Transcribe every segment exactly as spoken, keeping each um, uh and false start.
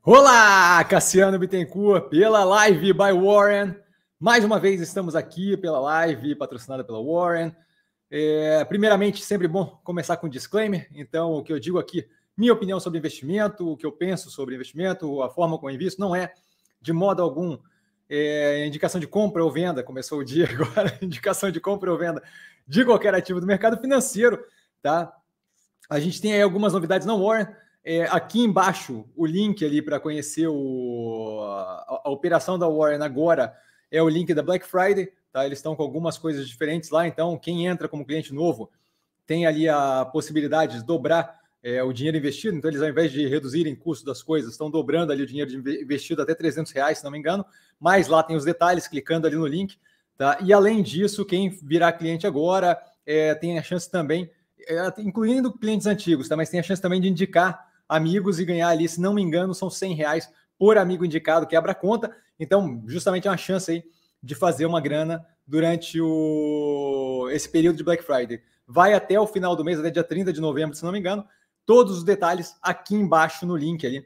Olá, Cassiano Bittencourt, pela Live by Warren. Mais uma vez estamos aqui pela live, patrocinada pela Warren. É, primeiramente, sempre bom começar com um disclaimer. Então, o que eu digo aqui, minha opinião sobre investimento, o que eu penso sobre investimento, a forma como eu invisto, não é de modo algum é, indicação de compra ou venda. Começou o dia agora, indicação de compra ou venda de qualquer ativo do mercado financeiro, tá? A gente tem aí algumas novidades na Warren. É, aqui embaixo, o link ali para conhecer o, a, a operação da Warren agora é o link da Black Friday, tá? Eles estão com algumas coisas diferentes lá, então quem entra como cliente novo tem ali a possibilidade de dobrar é, o dinheiro investido, então eles ao invés de reduzirem o custo das coisas, estão dobrando ali o dinheiro investido até trezentos reais, se não me engano, mas lá tem os detalhes, clicando ali no link, tá? E além disso, quem virar cliente agora é, tem a chance também, é, incluindo clientes antigos, tá? Mas tem a chance também de indicar amigos e ganhar ali, se não me engano, são cem reais por amigo indicado, quebra a conta. Então, justamente é uma chance aí de fazer uma grana durante o... esse período de Black Friday. Vai até o final do mês, até dia trinta de novembro, se não me engano. Todos os detalhes aqui embaixo no link ali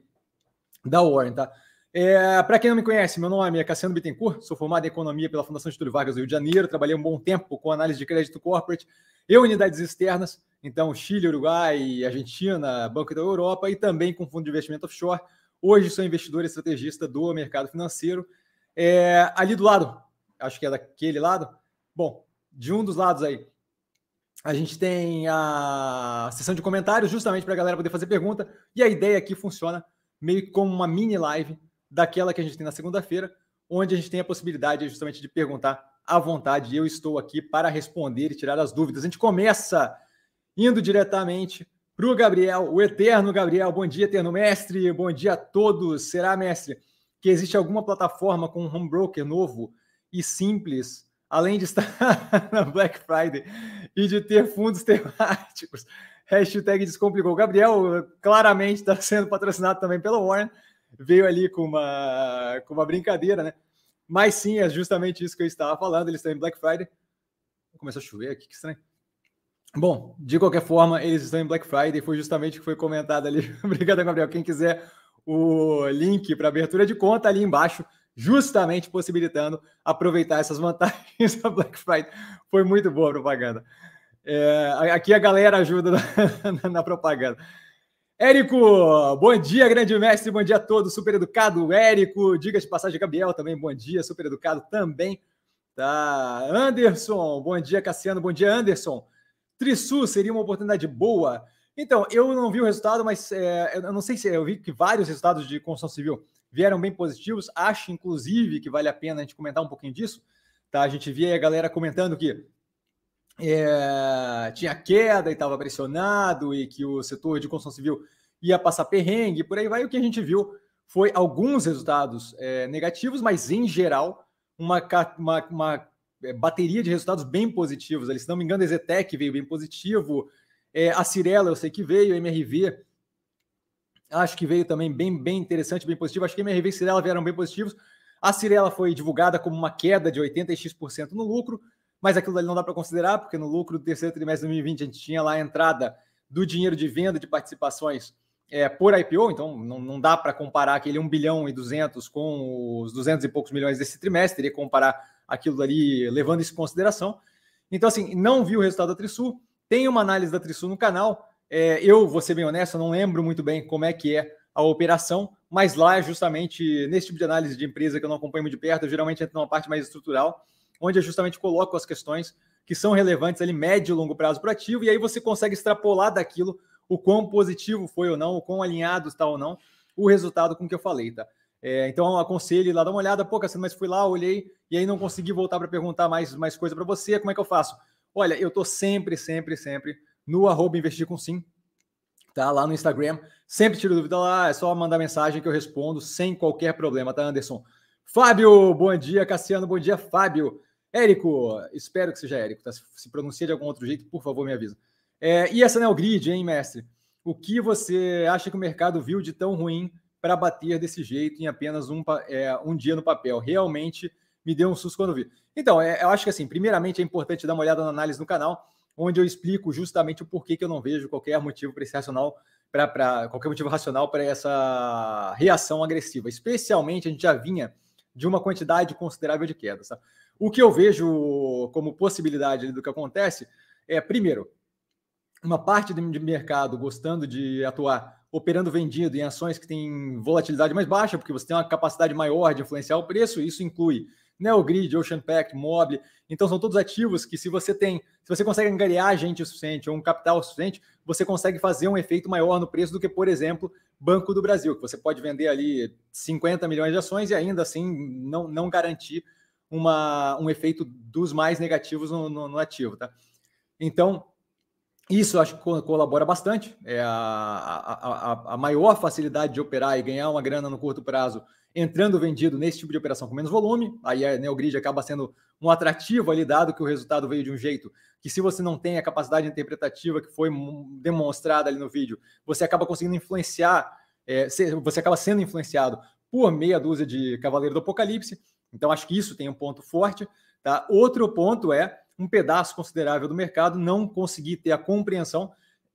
da Warren, tá? É, para quem não me conhece, meu nome é Cassiano Bittencourt, sou formado em Economia pela Fundação Getúlio Vargas do Rio de Janeiro, trabalhei um bom tempo com análise de crédito corporate e unidades externas, então Chile, Uruguai, Argentina, Banco da Europa e também com fundo de investimento offshore. Hoje sou investidor e estrategista do mercado financeiro. É, ali do lado, acho que é daquele lado, bom, de um dos lados aí, a gente tem a seção de comentários, justamente para a galera poder fazer pergunta, e a ideia aqui funciona meio como uma mini live daquela que a gente tem na segunda-feira, onde a gente tem a possibilidade justamente de perguntar à vontade, e eu estou aqui para responder e tirar as dúvidas. A gente começa indo diretamente para o Gabriel, o eterno Gabriel. Bom dia, eterno mestre, bom dia a todos. Será, mestre, que existe alguma plataforma com um home broker novo e simples, além de estar na Black Friday e de ter fundos temáticos? Hashtag descomplicou. O Gabriel claramente está sendo patrocinado também pela Warren, veio ali com uma, com uma brincadeira, né? Mas sim, é justamente isso que eu estava falando, eles estão em Black Friday. Começou a chover aqui, que estranho. Bom, de qualquer forma, eles estão em Black Friday, foi justamente o que foi comentado ali. Obrigado, Gabriel. Quem quiser o link para abertura de conta ali embaixo, justamente possibilitando aproveitar essas vantagens da Black Friday. Foi muito boa a propaganda. É, aqui a galera ajuda na, na propaganda. Érico, bom dia, grande mestre, bom dia a todos, super educado, Érico, diga de passagem, Gabriel também, bom dia, super educado também, tá? Anderson, bom dia, Cassiano, bom dia, Anderson. Trisul seria uma oportunidade boa? Então, eu não vi o resultado, mas é, eu não sei se eu vi que vários resultados de construção civil vieram bem positivos, acho, inclusive, que vale a pena a gente comentar um pouquinho disso, tá? A gente via aí a galera comentando que É, tinha queda e estava pressionado e que o setor de construção civil ia passar perrengue, por aí vai. O que a gente viu foi alguns resultados é, negativos, mas em geral uma, uma, uma bateria de resultados bem positivos. Ali, se não me engano, a Zetec veio bem positivo, é, a Cirela eu sei que veio, a M R V acho que veio também bem, bem interessante, bem positivo. Acho que a M R V e Cirela vieram bem positivos. A Cirela foi divulgada como uma queda de oitenta e X por cento no lucro, mas aquilo ali não dá para considerar, porque no lucro do terceiro trimestre de dois mil e vinte a gente tinha lá a entrada do dinheiro de venda de participações é, por I P O, então não, não dá para comparar aquele um bilhão e duzentos com os duzentos e poucos milhões desse trimestre, teria que comparar aquilo ali levando isso em consideração. Então, assim, não vi o resultado da Trisul, tem uma análise da Trisul no canal, é, eu vou ser bem honesto, eu não lembro muito bem como é que é a operação, mas lá, justamente, nesse tipo de análise de empresa que eu não acompanho muito de perto, eu geralmente entro numa parte mais estrutural, onde eu justamente coloco as questões que são relevantes ali, médio e longo prazo para o ativo, e aí você consegue extrapolar daquilo o quão positivo foi ou não, o quão alinhado está ou não o resultado com o que eu falei, tá? É, então, eu aconselho ir lá dar uma olhada, pô, Cassiano, mas fui lá, olhei, e aí não consegui voltar para perguntar mais, mais coisa para você, como é que eu faço? Olha, eu estou sempre, sempre, sempre no arroba investir com sim, tá? Lá no Instagram, sempre tiro dúvida lá, é só mandar mensagem que eu respondo sem qualquer problema, tá, Anderson? Fábio, bom dia, Cassiano, bom dia, Fábio. Érico, espero que seja Érico, tá? Se pronuncia de algum outro jeito, por favor, me avisa. É, e essa Neogrid, hein, mestre? O que você acha que o mercado viu de tão ruim para bater desse jeito em apenas um, é, um dia no papel? Realmente me deu um susto quando vi. Então, é, eu acho que assim, primeiramente é importante dar uma olhada na análise no canal, onde eu explico justamente o porquê que eu não vejo qualquer motivo para esse racional para qualquer motivo racional para essa reação agressiva. Especialmente, a gente já vinha de uma quantidade considerável de quedas. Tá? O que eu vejo como possibilidade do que acontece é, primeiro, uma parte de mercado gostando de atuar operando vendido em ações que têm volatilidade mais baixa, porque você tem uma capacidade maior de influenciar o preço, isso inclui Neogrid, Ocean Pact, Mobile, então são todos ativos que se você tem, se você consegue angariar gente o suficiente ou um capital o suficiente, você consegue fazer um efeito maior no preço do que, por exemplo, Banco do Brasil, que você pode vender ali cinquenta milhões de ações e ainda assim não, não garantir uma, um efeito dos mais negativos no, no, no ativo, tá? Então, isso eu acho que colabora bastante, é a, a, a, a maior facilidade de operar e ganhar uma grana no curto prazo entrando vendido nesse tipo de operação com menos volume, aí a Neogrid acaba sendo um atrativo ali, dado que o resultado veio de um jeito que se você não tem a capacidade interpretativa que foi demonstrada ali no vídeo, você acaba conseguindo influenciar, é, você acaba sendo influenciado por meia dúzia de Cavaleiro do Apocalipse, então acho que isso tem um ponto forte, tá? Outro ponto é um pedaço considerável do mercado não conseguir ter a compreensão,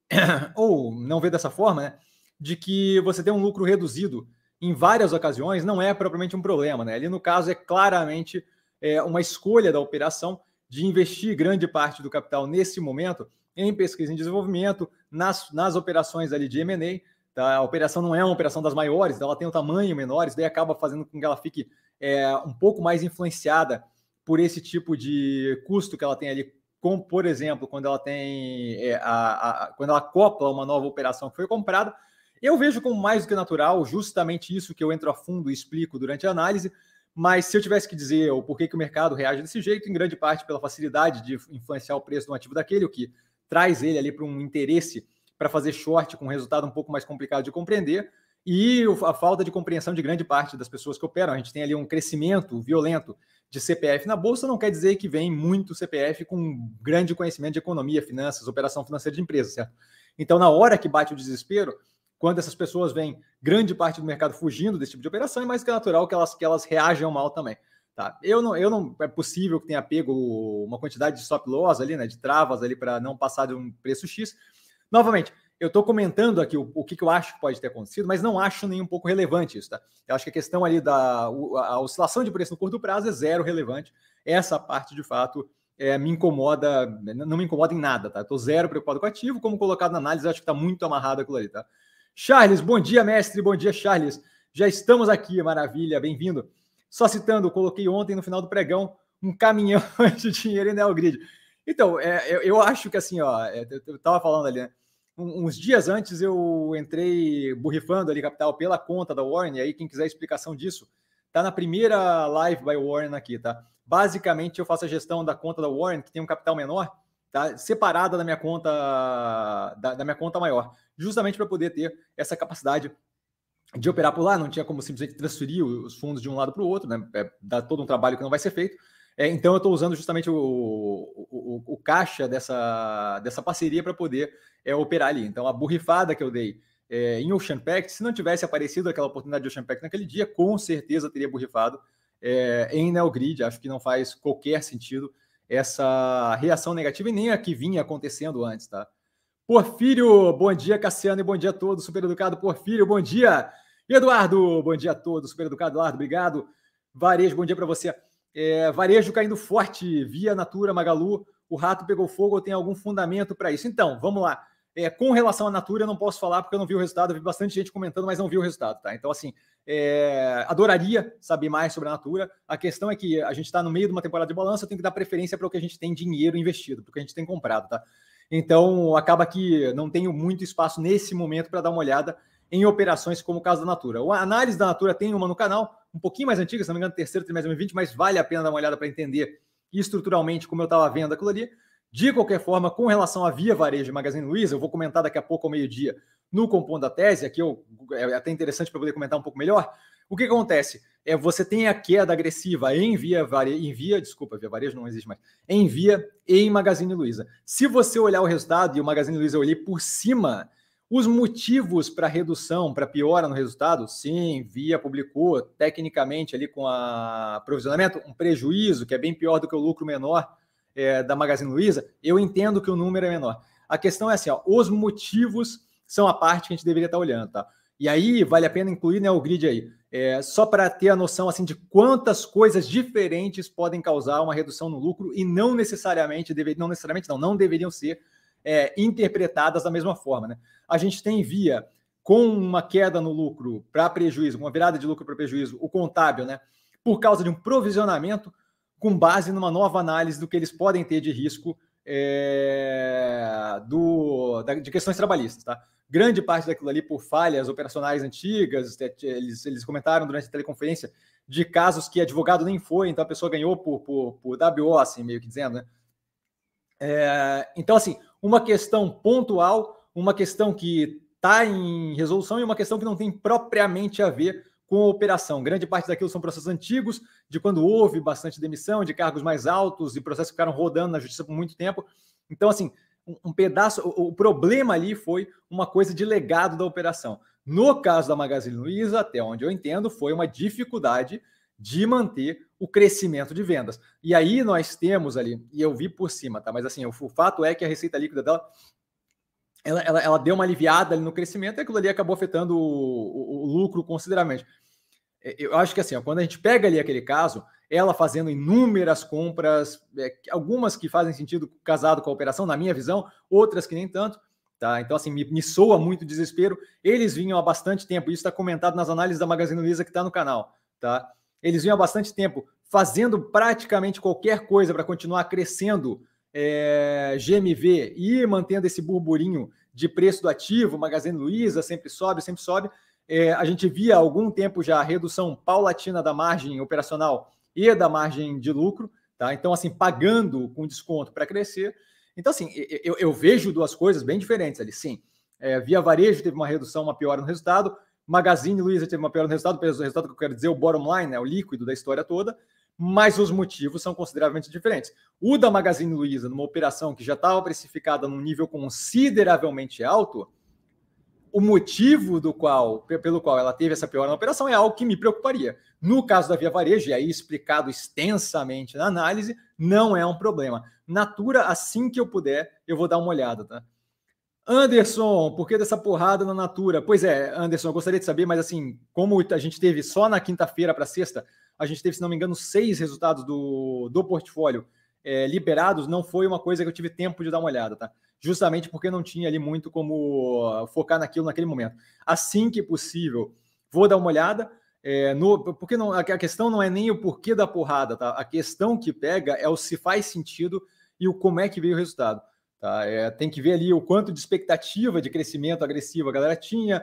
ou não ver dessa forma, né, de que você tem um lucro reduzido em várias ocasiões não é propriamente um problema, né? Ali no caso é claramente é, uma escolha da operação de investir grande parte do capital nesse momento em pesquisa e desenvolvimento, nas, nas operações ali de M and A, tá? A operação não é uma operação das maiores, ela tem um tamanho menor, isso daí acaba fazendo com que ela fique é, um pouco mais influenciada por esse tipo de custo que ela tem ali, como, por exemplo, quando ela tem é, a, a, quando ela acopla uma nova operação que foi comprada. Eu vejo como mais do que natural, justamente isso que eu entro a fundo e explico durante a análise, mas se eu tivesse que dizer o porquê que o mercado reage desse jeito, em grande parte pela facilidade de influenciar o preço de um ativo daquele, o que traz ele ali para um interesse para fazer short com um resultado um pouco mais complicado de compreender, e a falta de compreensão de grande parte das pessoas que operam. A gente tem ali um crescimento violento de C P F na bolsa, não quer dizer que vem muito C P F com grande conhecimento de economia, finanças, operação financeira de empresa, certo? Então, na hora que bate o desespero, quando essas pessoas veem grande parte do mercado fugindo desse tipo de operação, é mais que natural que elas, que elas reajam mal também. Tá? Eu não, eu não é possível que tenha pego uma quantidade de stop loss ali, né, de travas ali para não passar de um preço X. Novamente, eu estou comentando aqui o, o que, que eu acho que pode ter acontecido, mas não acho nem um pouco relevante isso. Tá? Eu acho que a questão ali da a oscilação de preço no curto prazo é zero relevante. Essa parte, de fato, é, me incomoda, não me incomoda em nada. Tá? Estou zero preocupado com o ativo, como colocado na análise, acho que está muito amarrado aquilo ali. Tá? Charles, bom dia, mestre. Bom dia, Charles. Já estamos aqui, maravilha, bem-vindo. Só citando, coloquei ontem no final do pregão um caminhão de dinheiro em Neogrid. Então, é, eu, eu acho que assim, ó, eu estava falando ali, né? Uns dias antes eu entrei borrifando ali capital pela conta da Warren, e aí quem quiser explicação disso, tá na primeira live by Warren aqui, tá? Basicamente eu faço a gestão da conta da Warren, que tem um capital menor, tá? Separada da minha conta da, da minha conta maior, justamente para poder ter essa capacidade de operar por lá. Não tinha como simplesmente transferir os fundos de um lado para o outro, né? É, dá todo um trabalho que não vai ser feito. É, então eu estou usando justamente o, o, o, o caixa dessa, dessa parceria para poder é, operar ali. Então a borrifada que eu dei é, em Ocean Pact, se não tivesse aparecido aquela oportunidade de Ocean Pact naquele dia, com certeza teria borrifado é, em Neogrid. Acho que não faz qualquer sentido essa reação negativa e nem a que vinha acontecendo antes, tá? Porfírio, bom dia, Cassiano, e bom dia a todos. Super educado, Porfírio, bom dia. Eduardo, bom dia a todos. Super educado, Eduardo, obrigado. Varejo, bom dia para você. É, varejo caindo forte, Via, Natura, Magalu, o rato pegou fogo, ou tem algum fundamento para isso? Então, vamos lá. É, com relação à Natura, eu não posso falar porque eu não vi o resultado, eu vi bastante gente comentando, mas não vi o resultado, tá? Então, assim, é, adoraria saber mais sobre a Natura. A questão é que a gente está no meio de uma temporada de balanço, eu tenho que dar preferência para o que a gente tem dinheiro investido, para o que a gente tem comprado, tá? Então, acaba que não tenho muito espaço nesse momento para dar uma olhada em operações como o caso da Natura. A análise da Natura tem uma no canal, um pouquinho mais antiga, se não me engano, terceiro trimestre de dois mil e vinte, mas vale a pena dar uma olhada para entender estruturalmente como eu estava vendo aquilo ali. De qualquer forma, com relação à Via Varejo e Magazine Luiza, eu vou comentar daqui a pouco ao meio-dia no Compondo a Tese, aqui eu, é até interessante para poder comentar um pouco melhor. O que acontece? É, você tem a queda agressiva em Via Varejo, em Via, desculpa, Via Varejo não existe mais, em Via e em Magazine Luiza. Se você olhar o resultado, e o Magazine Luiza eu olhei por cima, os motivos para redução, para piora no resultado, sim, Via publicou tecnicamente ali com a provisionamento um prejuízo que é bem pior do que o lucro menor é, da Magazine Luiza. Eu entendo que o número é menor. A questão é assim, ó, os motivos são a parte que a gente deveria estar olhando, tá? E aí vale a pena incluir, né, o grid aí, é, só para ter a noção assim de quantas coisas diferentes podem causar uma redução no lucro e não necessariamente dever, não necessariamente não, não deveriam ser é, interpretadas da mesma forma, né? A gente tem via com uma queda no lucro para prejuízo, uma virada de lucro para prejuízo, o contábil, né, por causa de um provisionamento com base numa nova análise do que eles podem ter de risco é, do, da, de questões trabalhistas, tá? Grande parte daquilo ali por falhas operacionais antigas, eles, eles comentaram durante a teleconferência de casos que advogado nem foi, então a pessoa ganhou por, por, por W O, assim, meio que dizendo, né? É, então, assim, uma questão pontual, uma questão que está em resolução e uma questão que não tem propriamente a ver com a operação. Grande parte daquilo são processos antigos, de quando houve bastante demissão, de cargos mais altos e processos que ficaram rodando na justiça por muito tempo. Então, assim, um pedaço, o problema ali foi uma coisa de legado da operação. No caso da Magazine Luiza, até onde eu entendo, foi uma dificuldade de manter o crescimento de vendas. E aí nós temos ali, e eu vi por cima, tá? Mas assim, o, o fato é que a receita líquida dela, ela, ela, ela deu uma aliviada ali no crescimento e aquilo ali acabou afetando o, o, o lucro consideravelmente. Eu acho que assim, ó, quando a gente pega ali aquele caso, ela fazendo inúmeras compras, é, algumas que fazem sentido casado com a operação, na minha visão, outras que nem tanto, tá? Então, assim, me, me soa muito desespero. Eles vinham há bastante tempo, isso está comentado nas análises da Magazine Luiza que está no canal, tá? Eles vinham há bastante tempo fazendo praticamente qualquer coisa para continuar crescendo é, G M V e mantendo esse burburinho de preço do ativo. Magazine Luiza sempre sobe, sempre sobe. É, a gente via há algum tempo já a redução paulatina da margem operacional e da margem de lucro, tá? Então, assim, pagando com desconto para crescer. Então, assim, eu, eu vejo duas coisas bem diferentes ali, sim. É, Via Varejo teve uma redução, uma piora no resultado, Magazine Luiza teve uma piora no resultado, pelo resultado que eu quero dizer, o bottom line, né, o líquido da história toda, mas os motivos são consideravelmente diferentes. O da Magazine Luiza, numa operação que já estava precificada num nível consideravelmente alto, o motivo do qual, pelo qual ela teve essa piora na operação é algo que me preocuparia. No caso da Via Varejo, e aí explicado extensamente na análise, não é um problema. Natura, assim que eu puder, eu vou dar uma olhada, tá? Anderson, por que dessa porrada na Natura? Pois é, Anderson, eu gostaria de saber, mas assim, como a gente teve só na quinta-feira para sexta, a gente teve, se não me engano, seis resultados do, do portfólio é, liberados, não foi uma coisa que eu tive tempo de dar uma olhada, tá? Justamente porque não tinha ali muito como focar naquilo naquele momento. Assim que possível, vou dar uma olhada, é, no, porque não, a questão não é nem o porquê da porrada, tá? A questão que pega é o se faz sentido e o como é que veio o resultado. Tá? É, tem que ver ali o quanto de expectativa de crescimento agressivo a galera tinha,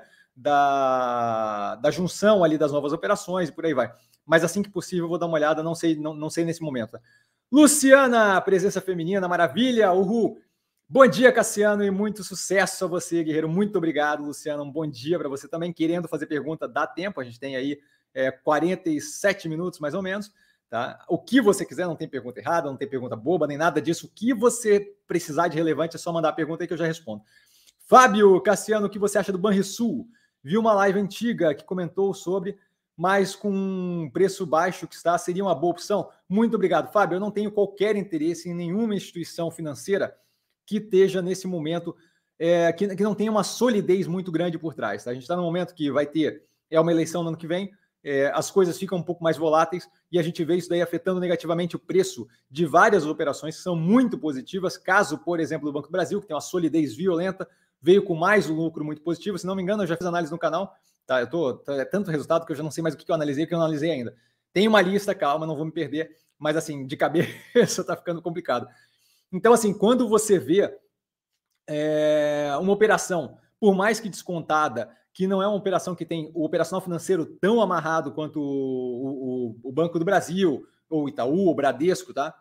da, da junção ali das novas operações e por aí vai. Mas assim que possível, eu vou dar uma olhada, não sei, não, não sei nesse momento. Tá? Luciana, presença feminina, maravilha, uhul. Bom dia, Cassiano, e muito sucesso a você, guerreiro. Muito obrigado, Luciano. Um bom dia para você também. Querendo fazer pergunta, dá tempo. A gente tem aí é, quarenta e sete minutos, mais ou menos. Tá? O que você quiser, não tem pergunta errada, não tem pergunta boba, nem nada disso. O que você precisar de relevante é só mandar a pergunta aí que eu já respondo. Fábio, Cassiano, o que você acha do Banrisul? Vi uma live antiga que comentou sobre, mas com um preço baixo que está, seria uma boa opção? Muito obrigado, Fábio. Eu não tenho qualquer interesse em nenhuma instituição financeira que esteja nesse momento, é, que, que não tenha uma solidez muito grande por trás. Tá? A gente está no momento que vai ter, é uma eleição no ano que vem, é, as coisas ficam um pouco mais voláteis e a gente vê isso daí afetando negativamente o preço de várias operações que são muito positivas. Caso, por exemplo, do Banco do Brasil, que tem uma solidez violenta, veio com mais um lucro muito positivo. Se não me engano, eu já fiz análise no canal. Tá? Eu tô, é tanto resultado que eu já não sei mais o que eu analisei, o que eu não analisei ainda. Tem uma lista, calma, não vou me perder, mas assim, de cabeça tá ficando complicado. Então, assim, quando você vê é, uma operação, por mais que descontada, que não é uma operação que tem o operacional financeiro tão amarrado quanto o, o, o Banco do Brasil, ou Itaú, ou Bradesco, tá?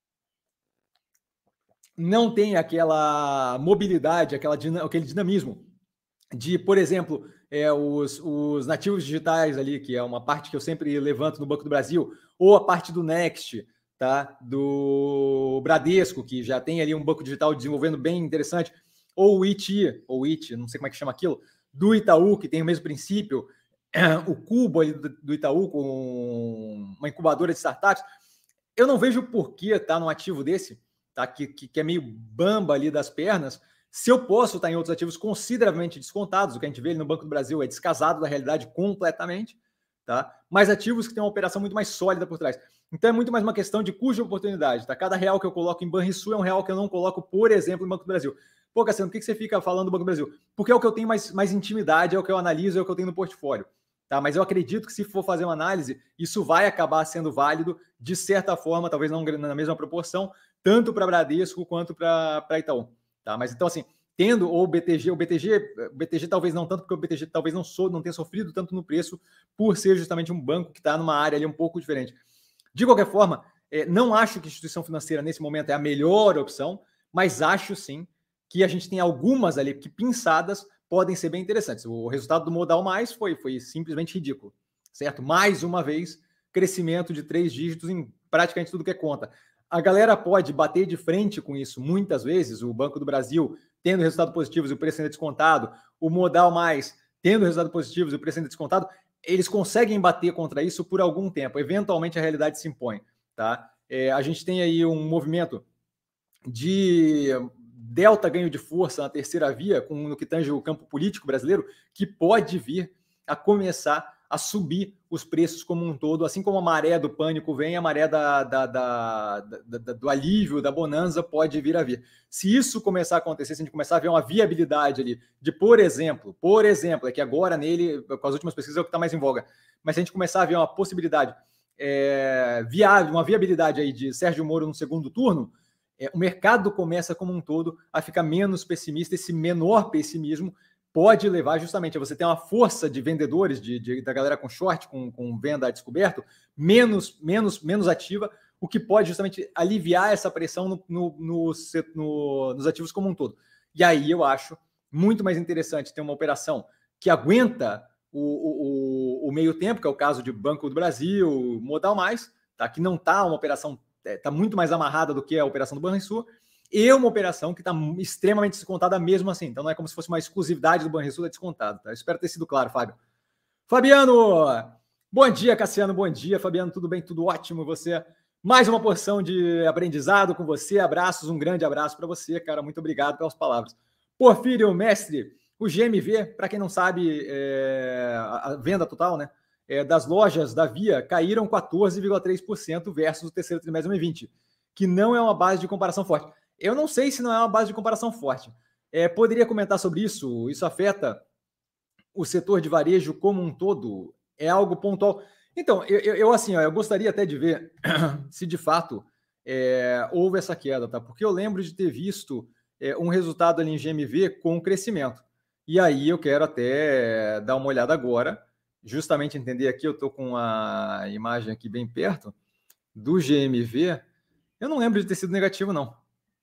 Não tem aquela mobilidade, aquela, aquele dinamismo de, por exemplo, é, os, os nativos digitais ali, que é uma parte que eu sempre levanto no Banco do Brasil, ou a parte do Next, tá? Do Bradesco, que já tem ali um banco digital desenvolvendo bem interessante, ou o I T, ou I T, não sei como é que chama aquilo, do Itaú, que tem o mesmo princípio, o Cubo ali do Itaú, com uma incubadora de startups. Eu não vejo por que tá num ativo desse, tá? que, que, que é meio bamba ali das pernas, Se eu posso estar em outros ativos consideravelmente descontados, o que a gente vê ali no Banco do Brasil é descasado da realidade completamente, tá? Mas ativos que têm uma operação muito mais sólida por trás. Então é muito mais uma questão de custo de oportunidade, tá? Cada real que eu coloco em Banrisul é um real que eu não coloco, por exemplo, no Banco do Brasil. Pô, Cassiano, por que você fica falando do Banco do Brasil? Porque é o que eu tenho mais, mais intimidade, é o que eu analiso, é o que eu tenho no portfólio. Tá? Mas eu acredito que se for fazer uma análise, isso vai acabar sendo válido, de certa forma, talvez não na mesma proporção, tanto para Bradesco quanto para Itaú. Tá? Mas então, assim, tendo o B T G, o B T G, o B T G talvez não tanto, porque o B T G talvez não, so, não tenha sofrido tanto no preço, por ser justamente um banco que está numa área ali um pouco diferente. De qualquer forma, é, não acho que a instituição financeira nesse momento é a melhor opção, mas acho sim que a gente tem algumas ali que pinçadas podem ser bem interessantes. O resultado do Modal Mais foi, foi simplesmente ridículo, certo? Mais uma vez, crescimento de três dígitos em praticamente tudo que é conta. A galera pode bater de frente com isso muitas vezes, o Banco do Brasil tendo resultado positivos e o preço ainda descontado, o Modal Mais tendo resultado positivos e o preço ainda descontado, eles conseguem bater contra isso por algum tempo. Eventualmente a realidade se impõe, tá? É, a gente tem aí um movimento de delta ganho de força na terceira via, com, no que tange o campo político brasileiro, que pode vir a começar a subir os preços como um todo, assim como a maré do pânico vem, a maré da, da, da, da, da, do alívio, da bonança pode vir a vir. Se isso começar a acontecer, se a gente começar a ver uma viabilidade ali de, por exemplo, por exemplo, é que agora nele, com as últimas pesquisas é o que está mais em voga, mas se a gente começar a ver uma possibilidade é, viável, uma viabilidade aí de Sérgio Moro no segundo turno, é, o mercado começa como um todo a ficar menos pessimista, esse menor pessimismo pode levar justamente a você ter uma força de vendedores, de, de, da galera com short, com, com venda a descoberto, menos, menos, menos ativa, o que pode justamente aliviar essa pressão no, no, no, no, nos ativos como um todo. E aí eu acho muito mais interessante ter uma operação que aguenta o, o, o meio tempo, que é o caso de Banco do Brasil, Modal Mais, tá? Que não está uma operação, está muito mais amarrada do que a operação do Banrisul, e uma operação que está extremamente descontada mesmo assim. Então não é como se fosse uma exclusividade do Banrisul, é descontado. Tá? Eu espero ter sido claro, Fábio. Fabiano! Bom dia, Cassiano. Bom dia, Fabiano. Tudo bem? Tudo ótimo. Você? Mais uma porção de aprendizado com você. Abraços, um grande abraço para você, cara. Muito obrigado pelas palavras. Porfírio, mestre, o G M V, para quem não sabe, é... a venda total, né? É, das lojas da Via caíram quatorze vírgula três por cento versus o terceiro trimestre de dois mil e vinte, que não é uma base de comparação forte. Eu não sei se não é uma base de comparação forte. É, poderia comentar sobre isso? Isso afeta o setor de varejo como um todo? É algo pontual? Então, eu, eu, eu assim, ó, eu gostaria até de ver se de fato é, houve essa queda, tá? Porque eu lembro de ter visto é, um resultado ali em G M V com crescimento. E aí eu quero até dar uma olhada agora, justamente entender aqui, eu estou com a imagem aqui bem perto do G M V. Eu não lembro de ter sido negativo, não.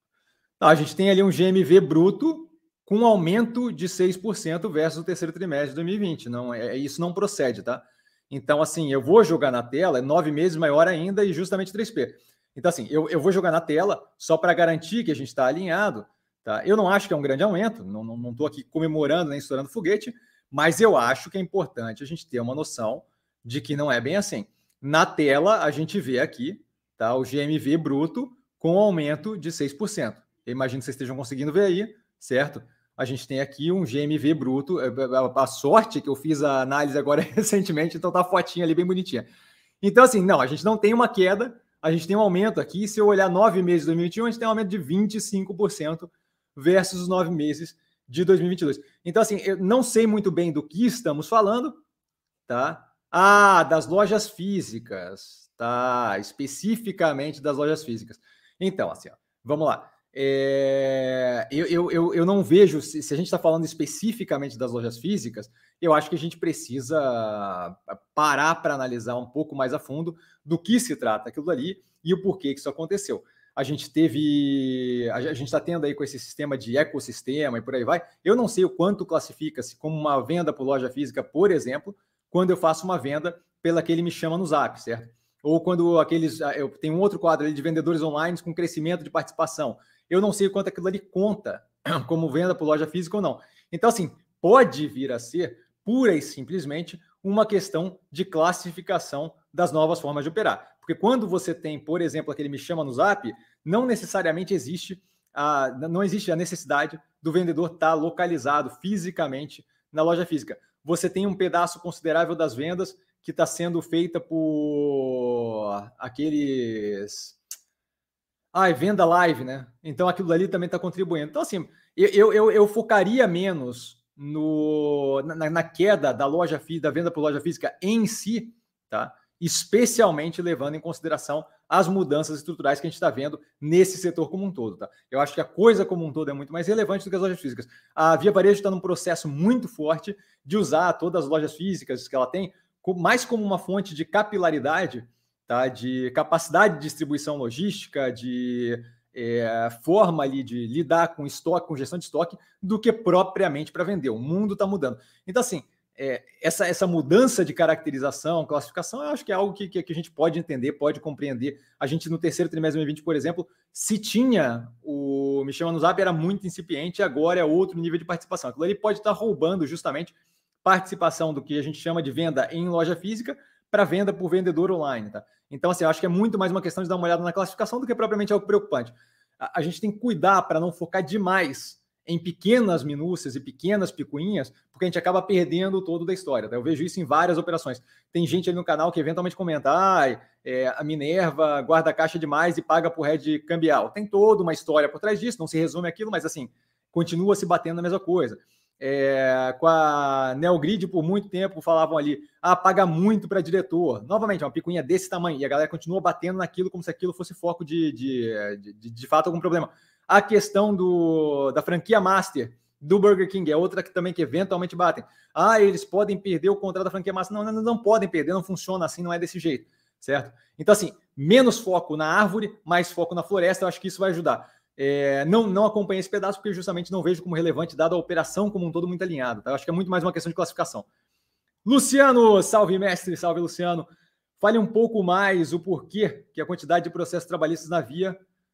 A gente tem ali um G M V bruto com um aumento de seis por cento versus o terceiro trimestre de dois mil e vinte. Não, é, isso não procede, tá? Então, assim, eu vou jogar na tela, é nove meses maior ainda e justamente três P. Então, assim, eu, eu vou jogar na tela só para garantir que a gente está alinhado, tá? Eu não acho que é um grande aumento, não estou não, não aqui comemorando nem estourando foguete, mas eu acho que é importante a gente ter uma noção de que não é bem assim. Na tela, a gente vê aqui, tá, o G M V bruto com aumento de seis por cento. Eu imagino que vocês estejam conseguindo ver aí, certo? A gente tem aqui um G M V bruto. A sorte que eu fiz a análise agora recentemente, então tá a fotinha ali bem bonitinha. Então, assim, não, a gente não tem uma queda, a gente tem um aumento aqui. Se eu olhar nove meses de dois mil e vinte e um, a gente tem um aumento de vinte e cinco por cento versus os nove meses de dois mil e vinte e dois. Então, assim, eu não sei muito bem do que estamos falando, tá? Ah, das lojas físicas, tá? Especificamente das lojas físicas. Então, assim, ó, vamos lá. É, eu, eu, eu, eu não vejo, se, se a gente está falando especificamente das lojas físicas, eu acho que a gente precisa parar para analisar um pouco mais a fundo do que se trata aquilo ali e o porquê que isso aconteceu. A gente teve, a gente está tendo aí com esse sistema de ecossistema e por aí vai. Eu não sei o quanto classifica-se como uma venda por loja física, por exemplo, quando eu faço uma venda pela que ele me chama no Zap, certo? Ou quando aqueles, eu tenho um outro quadro ali de vendedores online com crescimento de participação. Eu não sei o quanto aquilo ali conta como venda por loja física ou não. Então, assim, pode vir a ser pura e simplesmente uma questão de classificação das novas formas de operar. Porque quando você tem, por exemplo, aquele me chama no Zap, não necessariamente existe a, não existe a necessidade do vendedor estar localizado fisicamente na loja física. Você tem um pedaço considerável das vendas que está sendo feita por aqueles... Ah, é venda live, né? Então aquilo ali também está contribuindo. Então, assim, eu, eu, eu focaria menos no, na, na queda da loja da venda por loja física em si, tá? Especialmente levando em consideração as mudanças estruturais que a gente está vendo nesse setor como um todo, tá? Eu acho que a coisa como um todo é muito mais relevante do que as lojas físicas. A Via Varejo está num processo muito forte de usar todas as lojas físicas que ela tem mais como uma fonte de capilaridade, tá? De capacidade de distribuição logística, de é, forma ali de lidar com estoque, com gestão de estoque, do que propriamente para vender. O mundo está mudando. Então, assim, é, essa, essa mudança de caracterização, classificação, eu acho que é algo que, que, que a gente pode entender, pode compreender. A gente, no terceiro trimestre de dois mil e vinte, por exemplo, se tinha o Me Chama no Zap, era muito incipiente, agora é outro nível de participação. Aquilo ali pode estar roubando justamente participação do que a gente chama de venda em loja física para venda por vendedor online, tá? Então, assim, eu acho que é muito mais uma questão de dar uma olhada na classificação do que propriamente algo preocupante. A, a gente tem que cuidar para não focar demais em pequenas minúcias e pequenas picuinhas, porque a gente acaba perdendo o todo da história, tá? Eu vejo isso em várias operações. Tem gente ali no canal que eventualmente comenta, ah, é, a Minerva guarda caixa demais e paga por hedge cambial. Tem toda uma história por trás disso, não se resume aquilo, mas assim, continua se batendo na mesma coisa. É, com a Neogrid, por muito tempo, falavam ali, ah, paga muito para diretor. Novamente, uma picuinha desse tamanho, e a galera continua batendo naquilo como se aquilo fosse foco de, de, de, de, de fato, algum problema. A questão do, da franquia Master do Burger King é outra que também que eventualmente batem. Ah, eles podem perder o contrato da franquia Master. Não, não, não podem perder, não funciona assim, não é desse jeito, certo? Então, assim, menos foco na árvore, mais foco na floresta, eu acho que isso vai ajudar. É, não, não acompanhei esse pedaço porque justamente não vejo como relevante, dado a operação como um todo muito alinhada. Tá? Eu acho que é muito mais uma questão de classificação. Luciano, salve mestre, salve Luciano. Fale um pouco mais o porquê que a quantidade de processos trabalhistas na Via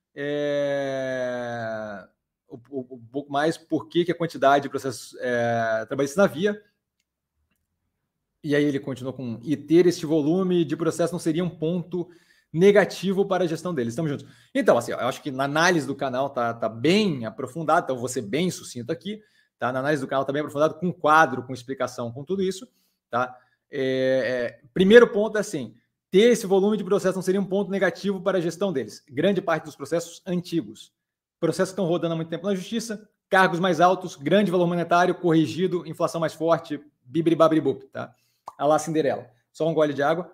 é... um pouco mais porquê que a quantidade de processos é, trabalhistas na Via. E aí ele continuou com e ter este volume de processo não seria um ponto negativo para a gestão deles. Estamos juntos. Então, assim, eu acho que na análise do canal tá, tá bem aprofundado, então vou ser bem sucinto aqui, tá? Na análise do canal tá bem aprofundado, com quadro, com explicação, com tudo isso, tá? É, é, primeiro ponto é assim, ter esse volume de processo não seria um ponto negativo para a gestão deles. Grande parte dos processos antigos. Processos que estão rodando há muito tempo na justiça, cargos mais altos, grande valor monetário, corrigido, inflação mais forte, bibri-babri-bup, tá? A lá Cinderela. Só um gole de água.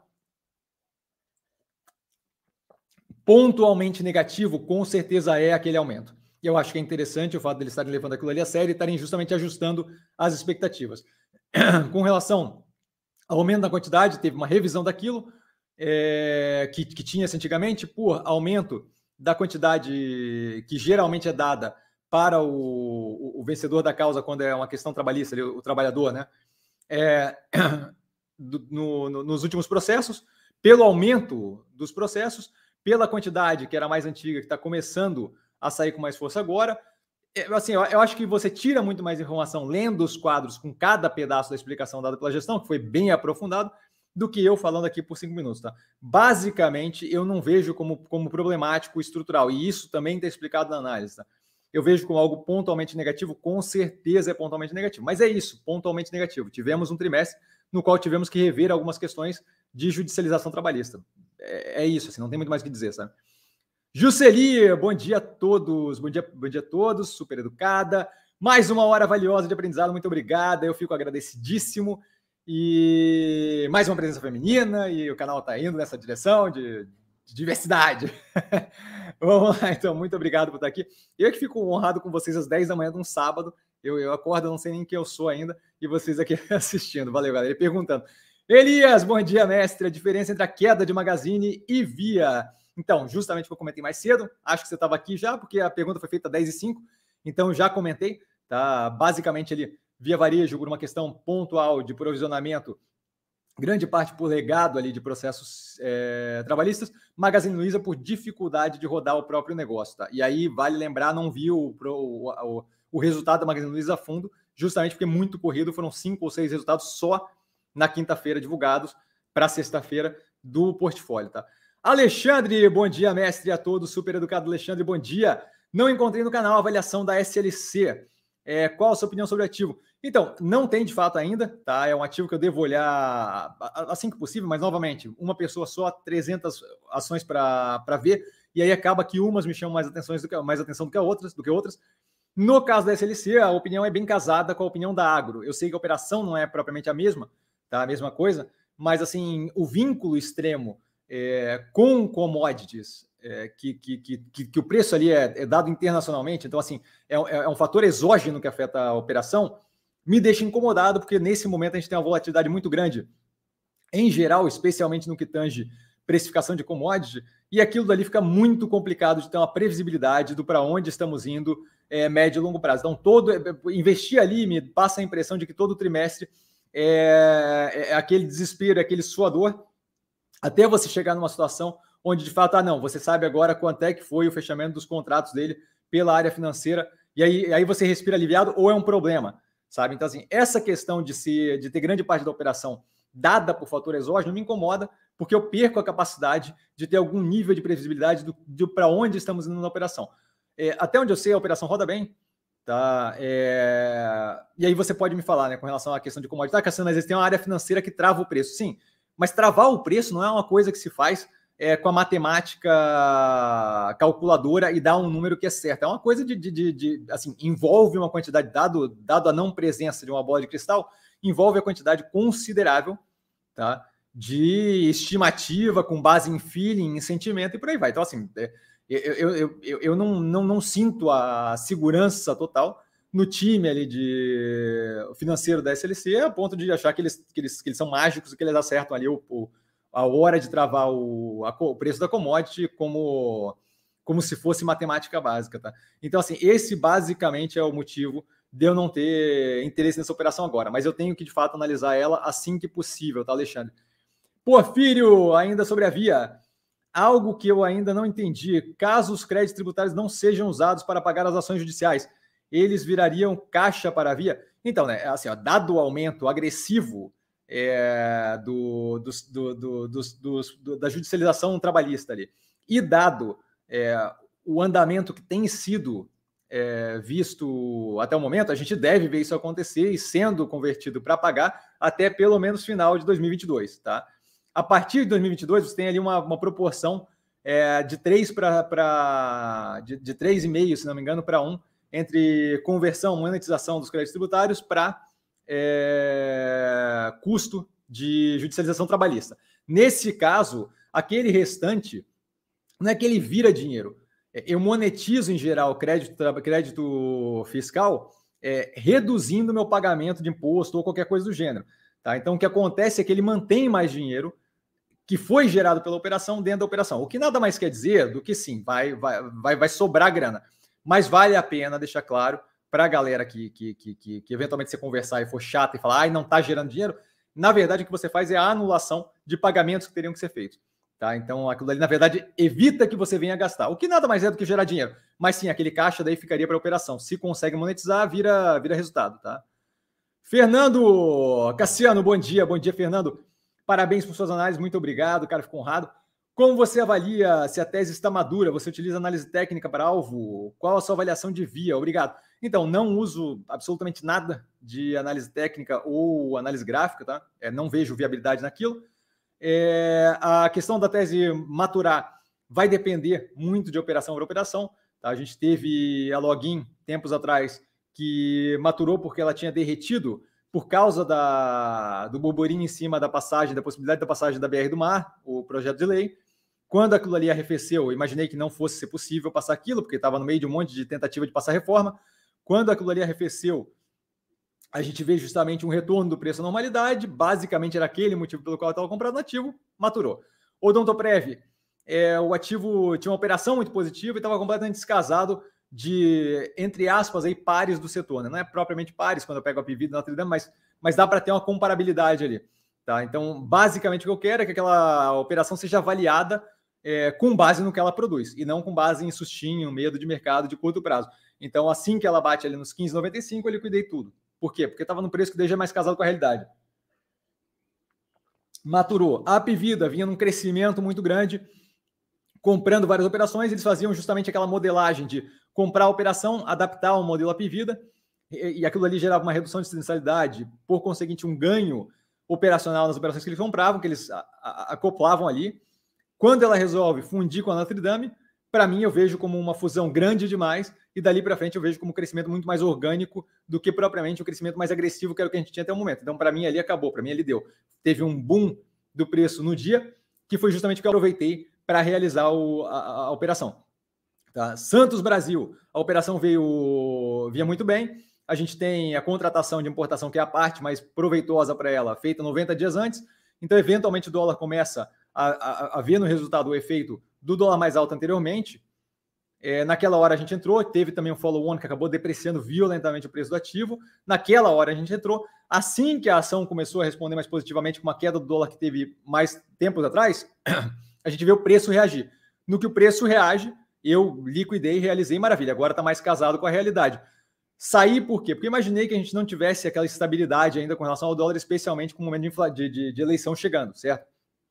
Pontualmente negativo, com certeza é aquele aumento. E eu acho que é interessante o fato deles estarem levando aquilo ali a sério e estarem justamente ajustando as expectativas. Com relação ao aumento da quantidade, teve uma revisão daquilo é, que, que tinha-se antigamente por aumento da quantidade que geralmente é dada para o, o, o vencedor da causa quando é uma questão trabalhista, o, o trabalhador, né? É, do, no, no, nos últimos processos, pelo aumento dos processos, pela quantidade que era mais antiga, que está começando a sair com mais força agora. Assim, eu, eu acho que você tira muito mais informação lendo os quadros com cada pedaço da explicação dada pela gestão, que foi bem aprofundado, do que eu falando aqui por cinco minutos. Tá? Basicamente, eu não vejo como, como problemático estrutural, e isso também está explicado na análise. Tá? Eu vejo como algo pontualmente negativo, com certeza é pontualmente negativo. Mas é isso, pontualmente negativo. Tivemos um trimestre no qual tivemos que rever algumas questões de judicialização trabalhista. É isso, assim, não tem muito mais o que dizer, sabe? Juscelia, bom dia a todos, bom dia, bom dia a todos, super educada, mais uma hora valiosa de aprendizado, muito obrigada, eu fico agradecidíssimo, e mais uma presença feminina, e o canal está indo nessa direção de, de diversidade. Vamos lá, então, muito obrigado por estar aqui. Eu que fico honrado com vocês às dez da manhã de um sábado, eu, eu acordo, não sei nem quem eu sou ainda, e vocês aqui assistindo, valeu, galera, e perguntando. Elias, bom dia, mestre. A diferença entre a queda de Magazine e Via. Então, justamente o que eu comentei mais cedo, acho que você estava aqui já, porque a pergunta foi feita às dez e cinco, então já comentei, tá? Basicamente ali, Via Varejo, por uma questão pontual de provisionamento, grande parte por legado ali de processos é, trabalhistas, Magazine Luiza por dificuldade de rodar o próprio negócio, tá? E aí, vale lembrar, não viu o, o, o, o resultado da Magazine Luiza a fundo, justamente porque muito corrido, foram cinco ou seis resultados só na quinta-feira divulgados para sexta-feira do portfólio, tá? Alexandre, bom dia, mestre, a todos, super educado Alexandre, bom dia. Não encontrei no canal a avaliação da S L C. É, qual a sua opinião sobre o ativo? Então, não tem de fato ainda, tá? É um ativo que eu devo olhar assim que possível, mas novamente, uma pessoa só, trezentas ações para ver, e aí acaba que umas me chamam mais, atenções do que, mais atenção do que outras, do que outras. No caso da S L C, a opinião é bem casada com a opinião da Agro. Eu sei que a operação não é propriamente a mesma, tá? A mesma coisa, mas assim, o vínculo extremo é, com commodities, é, que, que, que, que o preço ali é, é dado internacionalmente, então assim, é, é um fator exógeno que afeta a operação, me deixa incomodado, porque nesse momento a gente tem uma volatilidade muito grande, em geral, especialmente no que tange precificação de commodity, e aquilo dali fica muito complicado de ter uma previsibilidade do para onde estamos indo, é, médio e longo prazo. Então, todo investir ali me passa a impressão de que todo trimestre é, é aquele desespero, é aquele suador, até você chegar numa situação onde, de fato, ah, não, você sabe agora quanto é que foi o fechamento dos contratos dele pela área financeira, e aí, aí você respira aliviado, ou é um problema, sabe? Então, assim, essa questão de, se, de ter grande parte da operação dada por fator exógeno me incomoda, porque eu perco a capacidade de ter algum nível de previsibilidade do, do para onde estamos indo na operação. É, até onde eu sei, a operação roda bem, tá? É... E aí você pode me falar, né, com relação à questão de commodity, tá, Cassiano, mas eles têm uma área financeira que trava o preço. Sim, mas travar o preço não é uma coisa que se faz é, com a matemática calculadora e dar um número que é certo. É uma coisa de, de, de, de assim, envolve uma quantidade, dado, dado a não presença de uma bola de cristal, envolve a quantidade considerável, tá, de estimativa com base em feeling, em sentimento e por aí vai. Então, assim, eu, eu, eu, eu não, não, não sinto a segurança total no time ali de financeiro da S L C, a ponto de achar que eles, que eles, que eles são mágicos e que eles acertam ali o, o, a hora de travar o, a, o preço da commodity como, como se fosse matemática básica. Tá? Então, assim, esse basicamente é o motivo de eu não ter interesse nessa operação agora, mas eu tenho que, de fato, analisar ela assim que possível, tá, Alexandre? Porfírio, ainda sobre a Via, algo que eu ainda não entendi, caso os créditos tributários não sejam usados para pagar as ações judiciais, eles virariam caixa para a Via? Então, né, assim, ó, dado o aumento agressivo é, do, dos, do, do, dos, dos, do, da judicialização trabalhista ali, e dado é, o andamento que tem sido É, visto até o momento, a gente deve ver isso acontecer e sendo convertido para pagar até pelo menos final de dois mil e vinte e dois, tá? A partir de dois mil e vinte e dois, você tem ali uma, uma proporção é, de três para de, de três vírgula cinco, se não me engano, para um, entre conversão, monetização dos créditos tributários para é, custo de judicialização trabalhista. Nesse caso, aquele restante não é que ele vira dinheiro. Eu monetizo, em geral, crédito, crédito fiscal, é, reduzindo meu pagamento de imposto ou qualquer coisa do gênero. Tá? Então, o que acontece é que ele mantém mais dinheiro que foi gerado pela operação dentro da operação. O que nada mais quer dizer do que, sim, vai, vai, vai, vai sobrar grana. Mas vale a pena deixar claro para a galera que, que, que, que, que eventualmente você conversar e for chata e falar, ai, não está gerando dinheiro. Na verdade, o que você faz é a anulação de pagamentos que teriam que ser feitos. Tá? Então, aquilo ali, na verdade, evita que você venha gastar. O que nada mais é do que gerar dinheiro. Mas sim, aquele caixa daí ficaria para a operação. Se consegue monetizar, vira, vira resultado. Tá? Fernando Cassiano, bom dia. Bom dia, Fernando. Parabéns por suas análises. Muito obrigado, cara. Fico honrado. Como você avalia se a tese está madura? Você utiliza análise técnica para alvo? Qual a sua avaliação de via? Obrigado. Então, não uso absolutamente nada de análise técnica ou análise gráfica. Tá? É, não vejo viabilidade naquilo. É, a questão da tese maturar vai depender muito de operação para operação. Tá? A gente teve a Login, tempos atrás, que maturou porque ela tinha derretido por causa da, do burburinho em cima da passagem, da possibilidade da passagem da B R do Mar, o projeto de lei. Quando aquilo ali arrefeceu, eu imaginei que não fosse ser possível passar aquilo, porque estava no meio de um monte de tentativa de passar reforma. Quando aquilo ali arrefeceu, a gente vê justamente um retorno do preço à normalidade, basicamente era aquele motivo pelo qual eu estava comprando ativo, maturou. Odontoprev, é, o ativo tinha uma operação muito positiva e estava completamente descasado de, entre aspas, aí, pares do setor. Né? Não é propriamente pares, quando eu pego a P V da Notre Dame, mas, mas dá para ter uma comparabilidade ali. Tá? Então, basicamente, o que eu quero é que aquela operação seja avaliada é, com base no que ela produz, e não com base em sustinho, medo de mercado de curto prazo. Então, assim que ela bate ali nos quinze vírgula noventa e cinco, eu liquidei tudo. Por quê? Porque estava no preço que desde é mais casado com a realidade. Maturou. A Apvida vinha num crescimento muito grande, comprando várias operações, eles faziam justamente aquela modelagem de comprar a operação, adaptar o modelo A P I Vida, e, e aquilo ali gerava uma redução de siniestralidade, por conseguinte, um ganho operacional nas operações que eles compravam, que eles a, a, acoplavam ali. Quando ela resolve fundir com a Notre Dame, para mim eu vejo como uma fusão grande demais, e dali para frente eu vejo como um crescimento muito mais orgânico do que propriamente um crescimento mais agressivo, que era o que a gente tinha até o momento. Então, para mim, ali acabou, para mim ali deu. Teve um boom do preço no dia, que foi justamente o que eu aproveitei para realizar o, a, a operação. Tá? Santos Brasil, a operação veio vinha muito bem. A gente tem a contratação de importação, que é a parte mais proveitosa para ela, feita noventa dias antes. Então, eventualmente, o dólar começa a, a, a ver no resultado o efeito do dólar mais alto anteriormente. É, naquela hora a gente entrou, teve também um follow-on que acabou depreciando violentamente o preço do ativo. Naquela hora a gente entrou. Assim que a ação começou a responder mais positivamente com uma queda do dólar que teve mais tempos atrás, a gente vê o preço reagir. No que o preço reage, eu liquidei e realizei, maravilha. Agora está mais casado com a realidade. Saí por quê? Porque imaginei que a gente não tivesse aquela estabilidade ainda com relação ao dólar, especialmente com o momento de, de, de eleição chegando, certo?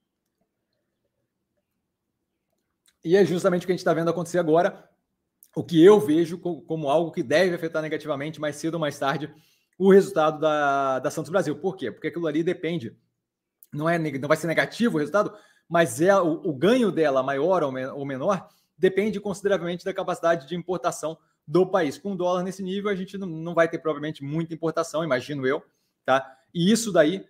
E é justamente o que a gente está vendo acontecer agora, o que eu vejo como algo que deve afetar negativamente, mais cedo ou mais tarde, o resultado da, da Santos Brasil. Por quê? Porque aquilo ali depende, não, é, não vai ser negativo o resultado, mas é, o, o ganho dela, maior ou, me, ou menor, depende consideravelmente da capacidade de importação do país. Com o dólar nesse nível, a gente não, não vai ter provavelmente muita importação, imagino eu, tá? E isso daí,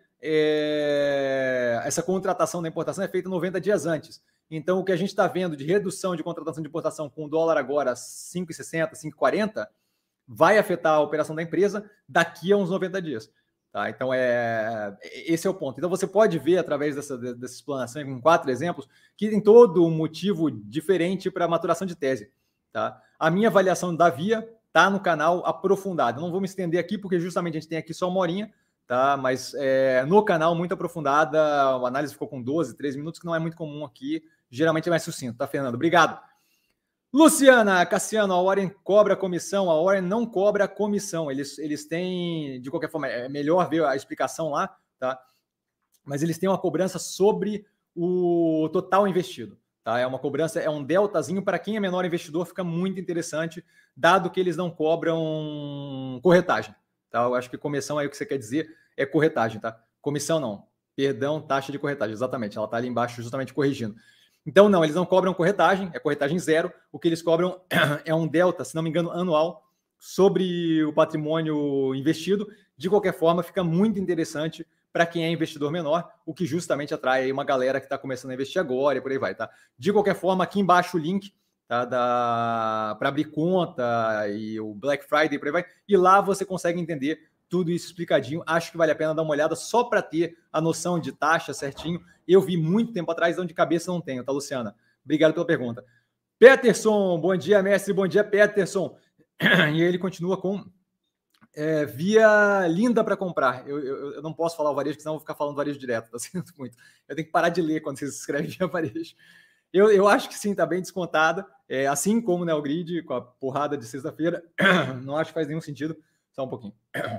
é, essa contratação da importação é feita noventa dias antes. Então, o que a gente está vendo de redução de contratação de importação com o dólar agora cinco e sessenta, cinco e quarenta, vai afetar a operação da empresa daqui a uns noventa dias. Tá? Então, é, esse é o ponto. Então, você pode ver, através dessa, dessa explanação, com quatro exemplos, que tem todo um motivo diferente para a maturação de tese. Tá? A minha avaliação da Via está no canal aprofundado. Eu não vou me estender aqui, porque justamente a gente tem aqui só uma horinha, tá? Mas é, no canal muito aprofundada, a análise ficou com doze, treze minutos, que não é muito comum aqui. Geralmente é mais sucinto, tá, Fernando? Obrigado. Luciana, Cassiano, a Warren cobra comissão, a Warren não cobra comissão. Eles, eles têm, de qualquer forma, é melhor ver a explicação lá, tá? Mas eles têm uma cobrança sobre o total investido, tá? É uma cobrança, é um deltazinho para quem é menor investidor, fica muito interessante, dado que eles não cobram corretagem, tá? Eu acho que comissão aí o que você quer dizer é corretagem, tá? Comissão não, perdão, taxa de corretagem, exatamente, ela tá ali embaixo justamente corrigindo. Então, não, eles não cobram corretagem, é corretagem zero. O que eles cobram é um delta, se não me engano, anual, sobre o patrimônio investido. De qualquer forma, fica muito interessante para quem é investidor menor, o que justamente atrai uma galera que está começando a investir agora e por aí vai, tá? De qualquer forma, aqui embaixo o link, tá, para abrir conta e o Black Friday e por aí vai. E lá você consegue entender tudo isso explicadinho. Acho que vale a pena dar uma olhada só para ter a noção de taxa certinho. Eu vi muito tempo atrás, então de cabeça não tenho, tá, Luciana? Obrigado pela pergunta. Peterson, bom dia, mestre. Bom dia, Peterson. E ele continua com é, Via linda para comprar. Eu, eu, eu não posso falar o varejo, porque senão eu vou ficar falando varejo direto, tá sendo muito. Eu tenho que parar de ler quando vocês escrevem Via varejo. Eu, eu acho que sim, tá bem descontada. É, assim como o Neogrid, com a porrada de sexta-feira. Não acho que faz nenhum sentido. Só um pouquinho.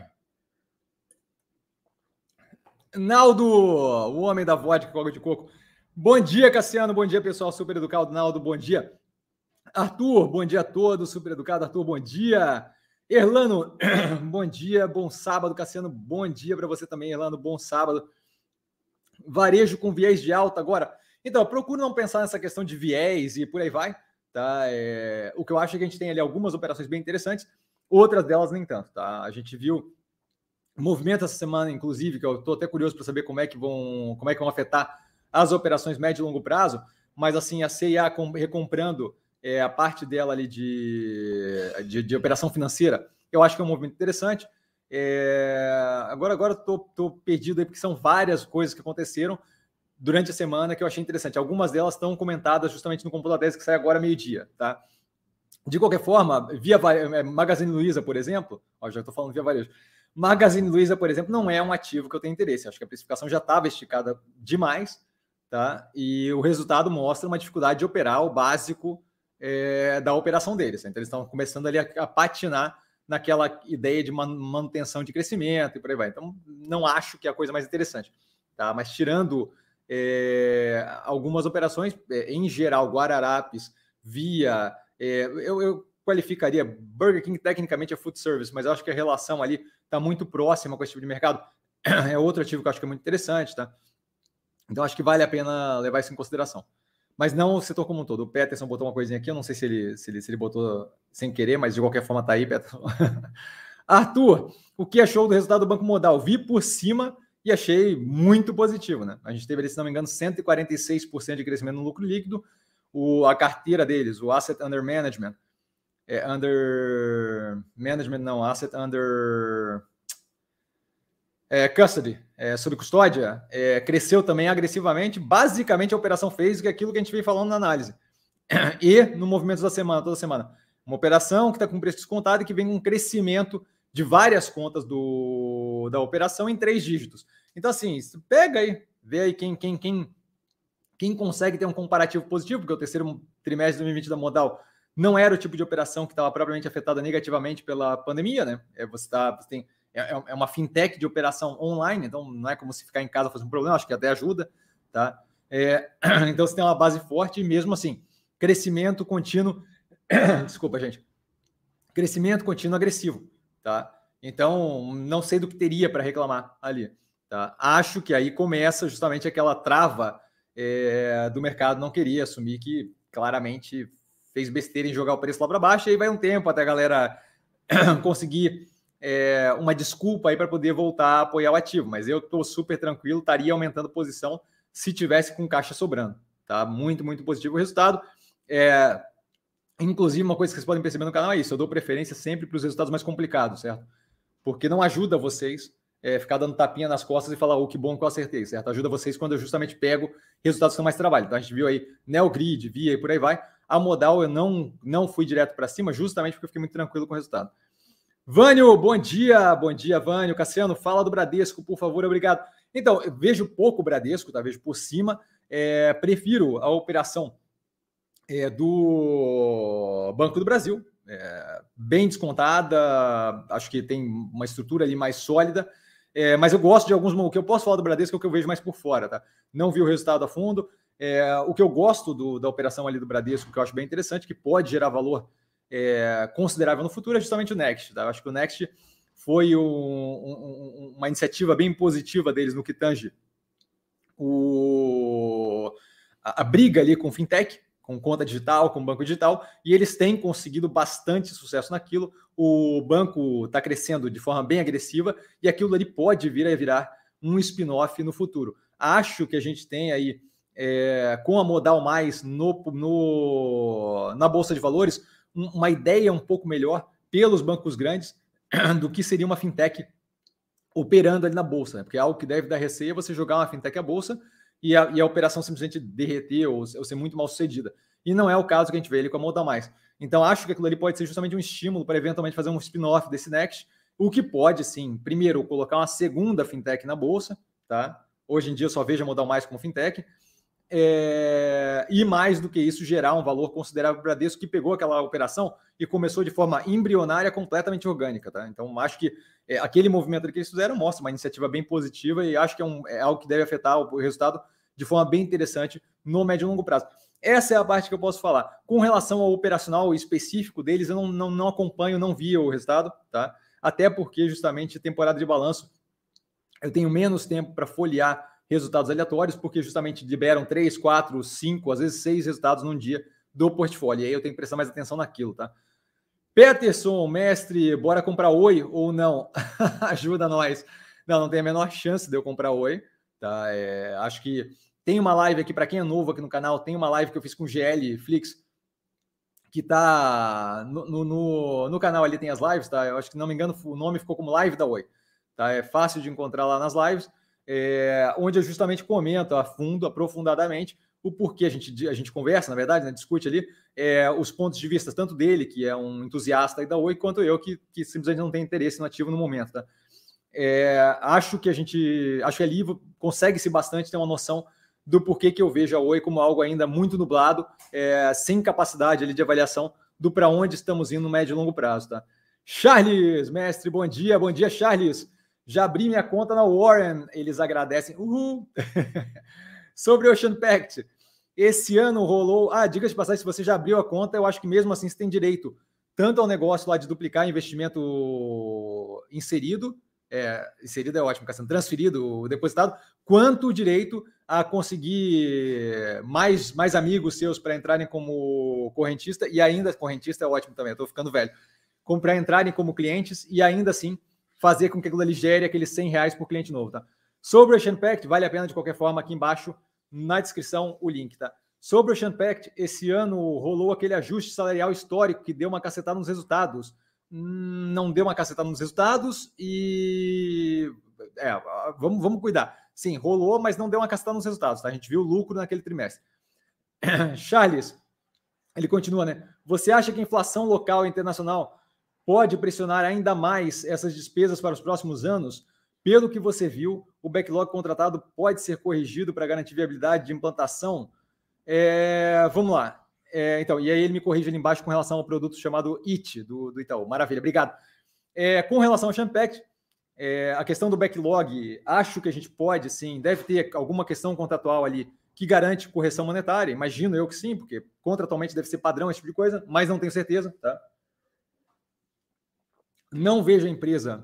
Naldo, o homem da vodka com água de coco. Bom dia, Cassiano. Bom dia, pessoal. Super educado. Naldo, bom dia. Arthur, bom dia a todos. Super educado. Arthur, bom dia. Erlano, bom dia. Bom sábado, Cassiano. Bom dia para você também, Erlano. Bom sábado. Varejo com viés de alta agora. Então, procuro não pensar nessa questão de viés e por aí vai. Tá? É... O que eu acho é que a gente tem ali algumas operações bem interessantes, outras delas nem tanto. Tá? A gente viu movimento essa semana, inclusive, que eu estou até curioso para saber como é que vão, como é que vão afetar as operações médio e longo prazo, mas assim, a C e A com, recomprando é, a parte dela ali de, de, de operação financeira, eu acho que é um movimento interessante. É, agora agora estou perdido aí, porque são várias coisas que aconteceram durante a semana que eu achei interessante. Algumas delas estão comentadas justamente no Computador dez, que sai agora meio-dia, tá? De qualquer forma, via Magazine Luiza, por exemplo, ó, já estou falando via varejo, Magazine Luiza, por exemplo, não é um ativo que eu tenho interesse. Acho que a precificação já estava esticada demais, tá? E o resultado mostra uma dificuldade de operar o básico é, da operação deles. Então, eles estão começando ali a, a patinar naquela ideia de manutenção de crescimento e por aí vai. Então, não acho que é a coisa mais interessante, tá? Mas tirando é, algumas operações, é, em geral, Guararapes, Via, é, eu, eu qualificaria Burger King tecnicamente é food service, mas eu acho que a relação ali está muito próxima com esse tipo de mercado. É outro ativo que eu acho que é muito interessante, tá? Então acho que vale a pena levar isso em consideração. Mas não o setor como um todo. O Peterson botou uma coisinha aqui, eu não sei se ele, se ele, se ele botou sem querer, mas de qualquer forma tá aí, Peterson. Arthur, o que achou do resultado do Banco Modal? Vi por cima e achei muito positivo, né? A gente teve ali, se não me engano, cento e quarenta e seis por cento de crescimento no lucro líquido. O, a carteira deles, o Asset Under Management, é Under Management, não, Asset Under é, Custody, é, sob custódia, é, cresceu também agressivamente. Basicamente, a operação fez aquilo que a gente vem falando na análise. E no movimento da semana, toda semana. Uma operação que está com preço descontado e que vem um crescimento de várias contas do, da operação em três dígitos. Então, assim, pega aí, vê aí quem, quem, quem, quem consegue ter um comparativo positivo, porque o terceiro trimestre de dois mil e vinte da Modal não era o tipo de operação que estava propriamente afetada negativamente pela pandemia, né? É, você, tá, você tem, é, é uma fintech de operação online, então não é como se ficar em casa fazendo um problema, acho que até ajuda, tá? É, então você tem uma base forte e mesmo assim, crescimento contínuo, desculpa, gente, crescimento contínuo agressivo, tá? Então, não sei do que teria para reclamar ali, tá? Acho que aí começa justamente aquela trava é, do mercado não queria assumir que claramente fez besteira em jogar o preço lá para baixo, e aí vai um tempo até a galera conseguir é, uma desculpa aí para poder voltar a apoiar o ativo, mas eu estou super tranquilo, estaria aumentando posição se tivesse com caixa sobrando, tá? Muito, muito positivo o resultado. É, inclusive, uma coisa que vocês podem perceber no canal é isso, eu dou preferência sempre para os resultados mais complicados, certo? Porque não ajuda vocês é, ficar dando tapinha nas costas e falar, oh, que bom que eu acertei, certo? Ajuda vocês quando eu justamente pego resultados que são mais trabalho. Então, a gente viu aí Neogrid, Via e por aí vai. A Modal eu não, não fui direto para cima, justamente porque eu fiquei muito tranquilo com o resultado. Vânio, bom dia, bom dia, Vânio. Cassiano, fala do Bradesco, por favor, obrigado. Então, eu vejo pouco o Bradesco, tá? Vejo por cima, é, prefiro a operação é, do Banco do Brasil, é, bem descontada, acho que tem uma estrutura ali mais sólida, é, mas eu gosto de alguns, o que eu posso falar do Bradesco é o que eu vejo mais por fora, tá? Não vi o resultado a fundo. É, o que eu gosto do, da operação ali do Bradesco, que eu acho bem interessante, que pode gerar valor é, considerável no futuro, é justamente o Next. Tá? Eu acho que o Next foi um, um, uma iniciativa bem positiva deles no que tange o, a, a briga ali com o Fintech, com conta digital, com banco digital, e eles têm conseguido bastante sucesso naquilo. O banco está crescendo de forma bem agressiva e aquilo ali pode vir a virar um spin-off no futuro. Acho que a gente tem aí É, com a Modal Mais no, no, na Bolsa de Valores, um, uma ideia um pouco melhor pelos bancos grandes do que seria uma fintech operando ali na Bolsa, né? Porque algo que deve dar receio é você jogar uma fintech à Bolsa e a, e a operação simplesmente derreter ou, ou ser muito mal sucedida. E não é o caso que a gente vê ali com a Modal Mais. Então, acho que aquilo ali pode ser justamente um estímulo para eventualmente fazer um spin-off desse Next, o que pode, sim, primeiro, colocar uma segunda fintech na Bolsa, tá? Hoje em dia eu só vejo a Modal Mais como fintech, É, e mais do que isso, gerar um valor considerável para o Bradesco, que pegou aquela operação e começou de forma embrionária, completamente orgânica. Tá? Então, acho que é, aquele movimento que eles fizeram mostra uma iniciativa bem positiva e acho que é, um, é algo que deve afetar o, o resultado de forma bem interessante no médio e longo prazo. Essa é a parte que eu posso falar. Com relação ao operacional específico deles, eu não, não, não acompanho, não vi o resultado, tá? Até porque, justamente, temporada de balanço, eu tenho menos tempo para folhear resultados aleatórios, porque justamente liberam três, quatro, cinco, às vezes seis resultados num dia do portfólio. E aí eu tenho que prestar mais atenção naquilo, tá? Peterson, mestre, bora comprar Oi ou não? Ajuda nós. Não, não tem a menor chance de eu comprar Oi, tá? É, acho que tem uma live aqui, para quem é novo aqui no canal, tem uma live que eu fiz com o G L Flix, que tá no, no, no canal ali, tem as lives, tá? Eu acho que, não me engano, o nome ficou como Live da Oi, tá? É fácil de encontrar lá nas lives. É, onde eu justamente comento a fundo, aprofundadamente, o porquê a gente, a gente conversa, na verdade, né, discute ali é, os pontos de vista, tanto dele, que é um entusiasta aí da Oi, quanto eu, que, que simplesmente não tem interesse no ativo no momento. Tá? É, acho que a gente, acho que ali consegue-se bastante ter uma noção do porquê que eu vejo a Oi como algo ainda muito nublado, é, sem capacidade ali de avaliação do para onde estamos indo no médio e longo prazo. Tá? Charles, mestre, bom dia, bom dia, Charles. Já abri minha conta na Warren, eles agradecem. Uhul! Sobre o Ocean Pact, esse ano rolou... Ah, diga de passagem, se você já abriu a conta, eu acho que mesmo assim você tem direito tanto ao negócio lá de duplicar investimento inserido, é, inserido é ótimo, sendo transferido, depositado, quanto o direito a conseguir mais, mais amigos seus para entrarem como correntista, e ainda correntista é ótimo também, eu estou ficando velho, para entrarem como clientes e ainda assim fazer com que aquilo ali gere aqueles cem reais por cliente novo, tá? Sobre o Ocean Pact, vale a pena de qualquer forma, aqui embaixo, na descrição, o link, tá? Sobre o Ocean Pact, esse ano rolou aquele ajuste salarial histórico que deu uma cacetada nos resultados. Não deu uma cacetada nos resultados e... É, vamos, vamos cuidar. Sim, rolou, mas não deu uma cacetada nos resultados, tá? A gente viu o lucro naquele trimestre. Charles, ele continua, né? Você acha que a inflação local e internacional pode pressionar ainda mais essas despesas para os próximos anos? Pelo que você viu, o backlog contratado pode ser corrigido para garantir viabilidade de implantação? É, vamos lá. É, então, e aí ele me corrige ali embaixo com relação ao produto chamado I T do, do Itaú. Maravilha, obrigado. É, com relação ao Ocean Pact, é, a questão do backlog, acho que a gente pode, sim, deve ter alguma questão contratual ali que garante correção monetária. Imagino eu que sim, porque contratualmente deve ser padrão esse tipo de coisa, mas não tenho certeza, tá? Não vejo a empresa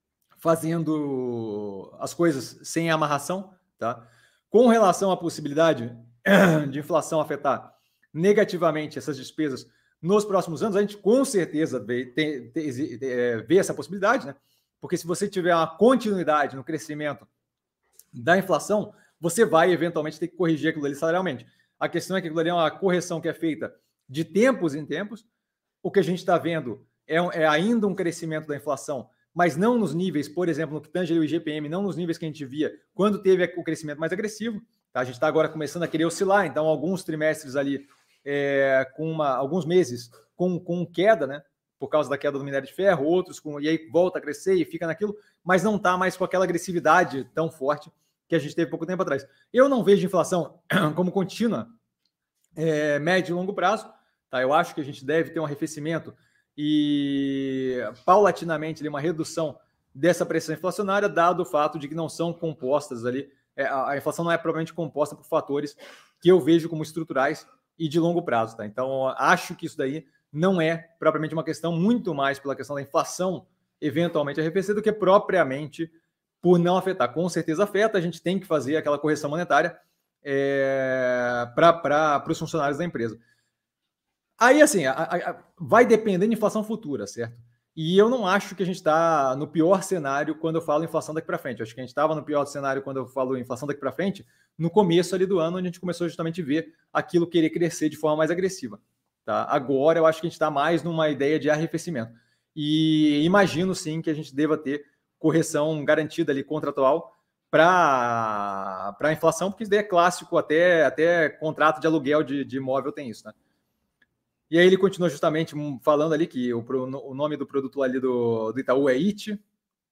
fazendo as coisas sem amarração, tá? Com relação à possibilidade de inflação afetar negativamente essas despesas nos próximos anos, a gente com certeza vê, tem, tem, vê essa possibilidade, né? Porque se você tiver uma continuidade no crescimento da inflação, você vai eventualmente ter que corrigir aquilo ali salarialmente. A questão é que aquilo ali é uma correção que é feita de tempos em tempos. O que a gente está vendo é, é ainda um crescimento da inflação, mas não nos níveis, por exemplo, no que tange o I G P M, não nos níveis que a gente via quando teve o crescimento mais agressivo. Tá? A gente está agora começando a querer oscilar, então alguns trimestres ali, é, com uma, alguns meses com, com queda, né? Por causa da queda do minério de ferro, outros com, e aí volta a crescer e fica naquilo, mas não está mais com aquela agressividade tão forte que a gente teve pouco tempo atrás. Eu não vejo inflação como contínua, é, médio e longo prazo. Tá? Eu acho que a gente deve ter um arrefecimento e paulatinamente ali, uma redução dessa pressão inflacionária, dado o fato de que não são compostas ali, é, a inflação não é propriamente composta por fatores que eu vejo como estruturais e de longo prazo. Tá? Então, acho que isso daí não é propriamente uma questão, muito mais pela questão da inflação eventualmente arrefecer do que propriamente por não afetar. Com certeza afeta, a gente tem que fazer aquela correção monetária é, para os funcionários da empresa. Aí, assim, a, a, vai depender de inflação futura, certo? E eu não acho que a gente está no pior cenário quando eu falo inflação daqui para frente. Eu acho que a gente estava no pior cenário quando eu falo inflação daqui para frente, no começo ali do ano, onde a gente começou justamente a ver aquilo querer crescer de forma mais agressiva. Tá? Agora, eu acho que a gente está mais numa ideia de arrefecimento. E imagino, sim, que a gente deva ter correção garantida ali, contratual, para a inflação, porque isso daí é clássico, até, até contrato de aluguel de, de imóvel tem isso, né? E aí ele continua justamente falando ali que o, o nome do produto ali do, do Itaú é I T.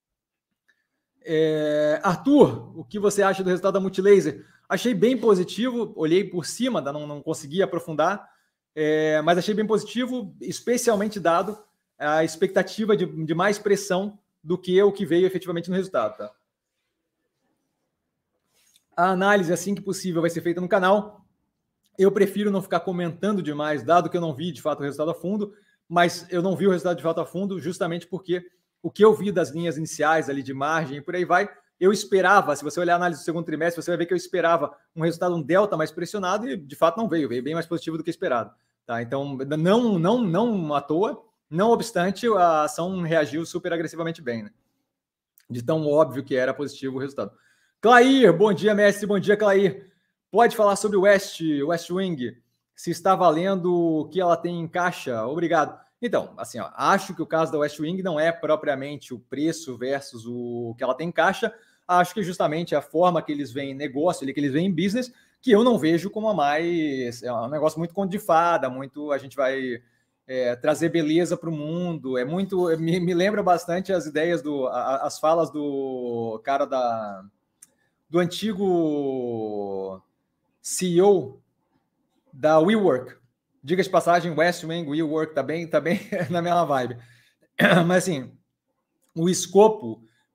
É, Arthur, o que você acha do resultado da Multilaser? Achei bem positivo, olhei por cima, não, não consegui aprofundar, é, mas achei bem positivo, especialmente dado a expectativa de, de mais pressão do que o que veio efetivamente no resultado. Tá? A análise, assim que possível, vai ser feita no canal. Eu prefiro não ficar comentando demais, dado que eu não vi, de fato, o resultado a fundo, mas eu não vi o resultado de fato a fundo justamente porque o que eu vi das linhas iniciais ali de margem e por aí vai, eu esperava, se você olhar a análise do segundo trimestre, você vai ver que eu esperava um resultado, um delta mais pressionado e, de fato, não veio, veio bem mais positivo do que esperado. Tá? Então, não, não, não à toa, não obstante, a ação reagiu super agressivamente bem, né? De tão óbvio que era positivo o resultado. Clair, bom dia, mestre, bom dia, Clair. Pode falar sobre o West, West Wing, se está valendo o que ela tem em caixa? Obrigado. Então, assim, ó, acho que o caso da West Wing não é propriamente o preço versus o que ela tem em caixa, acho que justamente a forma que eles veem negócio, que eles veem business, que eu não vejo como a mais... É um negócio muito conto de fada, muito... A gente vai é, trazer beleza para o mundo, é muito... Me, me lembra bastante as ideias, do, a, as falas do cara da... do antigo... C E O da WeWork. Diga de passagem, West Wing, WeWork, tá bem, tá bem na mesma vibe. Mas assim, o escopo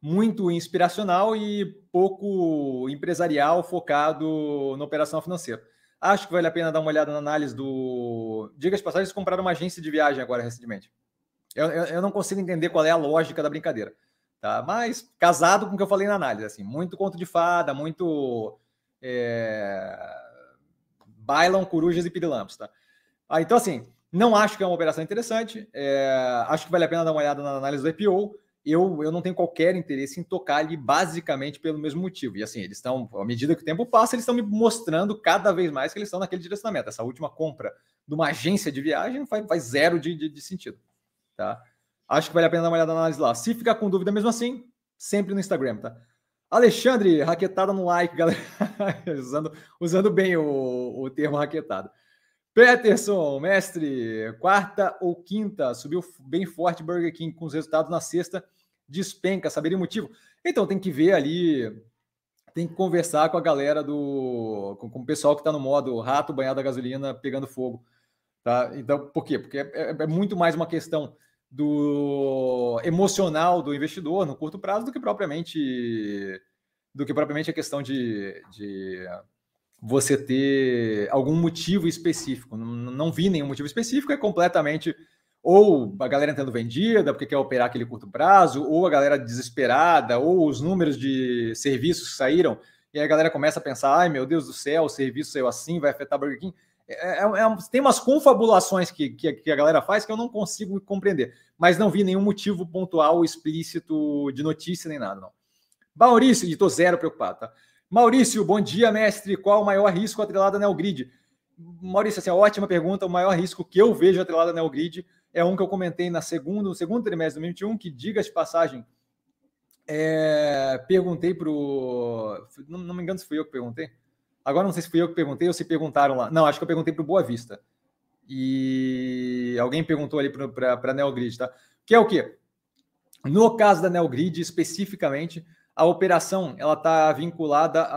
muito inspiracional e pouco empresarial focado na operação financeira. Acho que vale a pena dar uma olhada na análise do... Diga de passagem, eles compraram uma agência de viagem agora recentemente. Eu, eu, eu não consigo entender qual é a lógica da brincadeira, tá? Mas casado com o que eu falei na análise, assim, muito conto de fada, muito é... bailam corujas e pirilampos, tá? Ah, então, assim, não acho que é uma operação interessante, é... acho que vale a pena dar uma olhada na análise do I P O. Eu, eu não tenho qualquer interesse em tocar ali basicamente pelo mesmo motivo. E assim, eles estão, à medida que o tempo passa, eles estão me mostrando cada vez mais que eles estão naquele direcionamento. Essa última compra de uma agência de viagem faz, faz zero de, de, de sentido. Tá? Acho que vale a pena dar uma olhada na análise lá. Se ficar com dúvida mesmo assim, sempre no Instagram, tá? Alexandre, raquetada no like, galera. usando, usando bem o, o termo raquetado. Peterson, mestre, quarta ou quinta, subiu bem forte Burger King com os resultados na sexta, despenca, saberia o motivo? Então tem que ver ali, tem que conversar com a galera do, com, com o pessoal que está no modo rato banhado a gasolina pegando fogo, tá? Então, por quê? Porque é, é muito mais uma questão do emocional do investidor no curto prazo do que propriamente do que propriamente a questão de, de você ter algum motivo específico. Não, não vi nenhum motivo específico, é completamente ou a galera tendo vendida porque quer operar aquele curto prazo, ou a galera desesperada, ou os números de serviços que saíram, e aí a galera começa a pensar, ai meu Deus do céu, o serviço saiu assim, vai afetar Burger King. É, é, é, tem umas confabulações que, que, que a galera faz que eu não consigo compreender, mas não vi nenhum motivo pontual, explícito de notícia nem nada, não. Maurício, e estou zero preocupado, tá? Maurício, bom dia, mestre. Qual o maior risco atrelado à Neogrid? Maurício, assim, ótima pergunta. O maior risco que eu vejo atrelado à Neogrid é um que eu comentei na segunda, no segundo trimestre de dois mil e vinte e um, que, diga de passagem, é, perguntei para o... Não, não me engano se fui eu que perguntei. Agora não sei se fui eu que perguntei ou se perguntaram lá. Não, acho que eu perguntei para o Boa Vista. E alguém perguntou ali para a Neogrid, tá? Que é o quê? No caso da Neogrid, especificamente, a operação ela está vinculada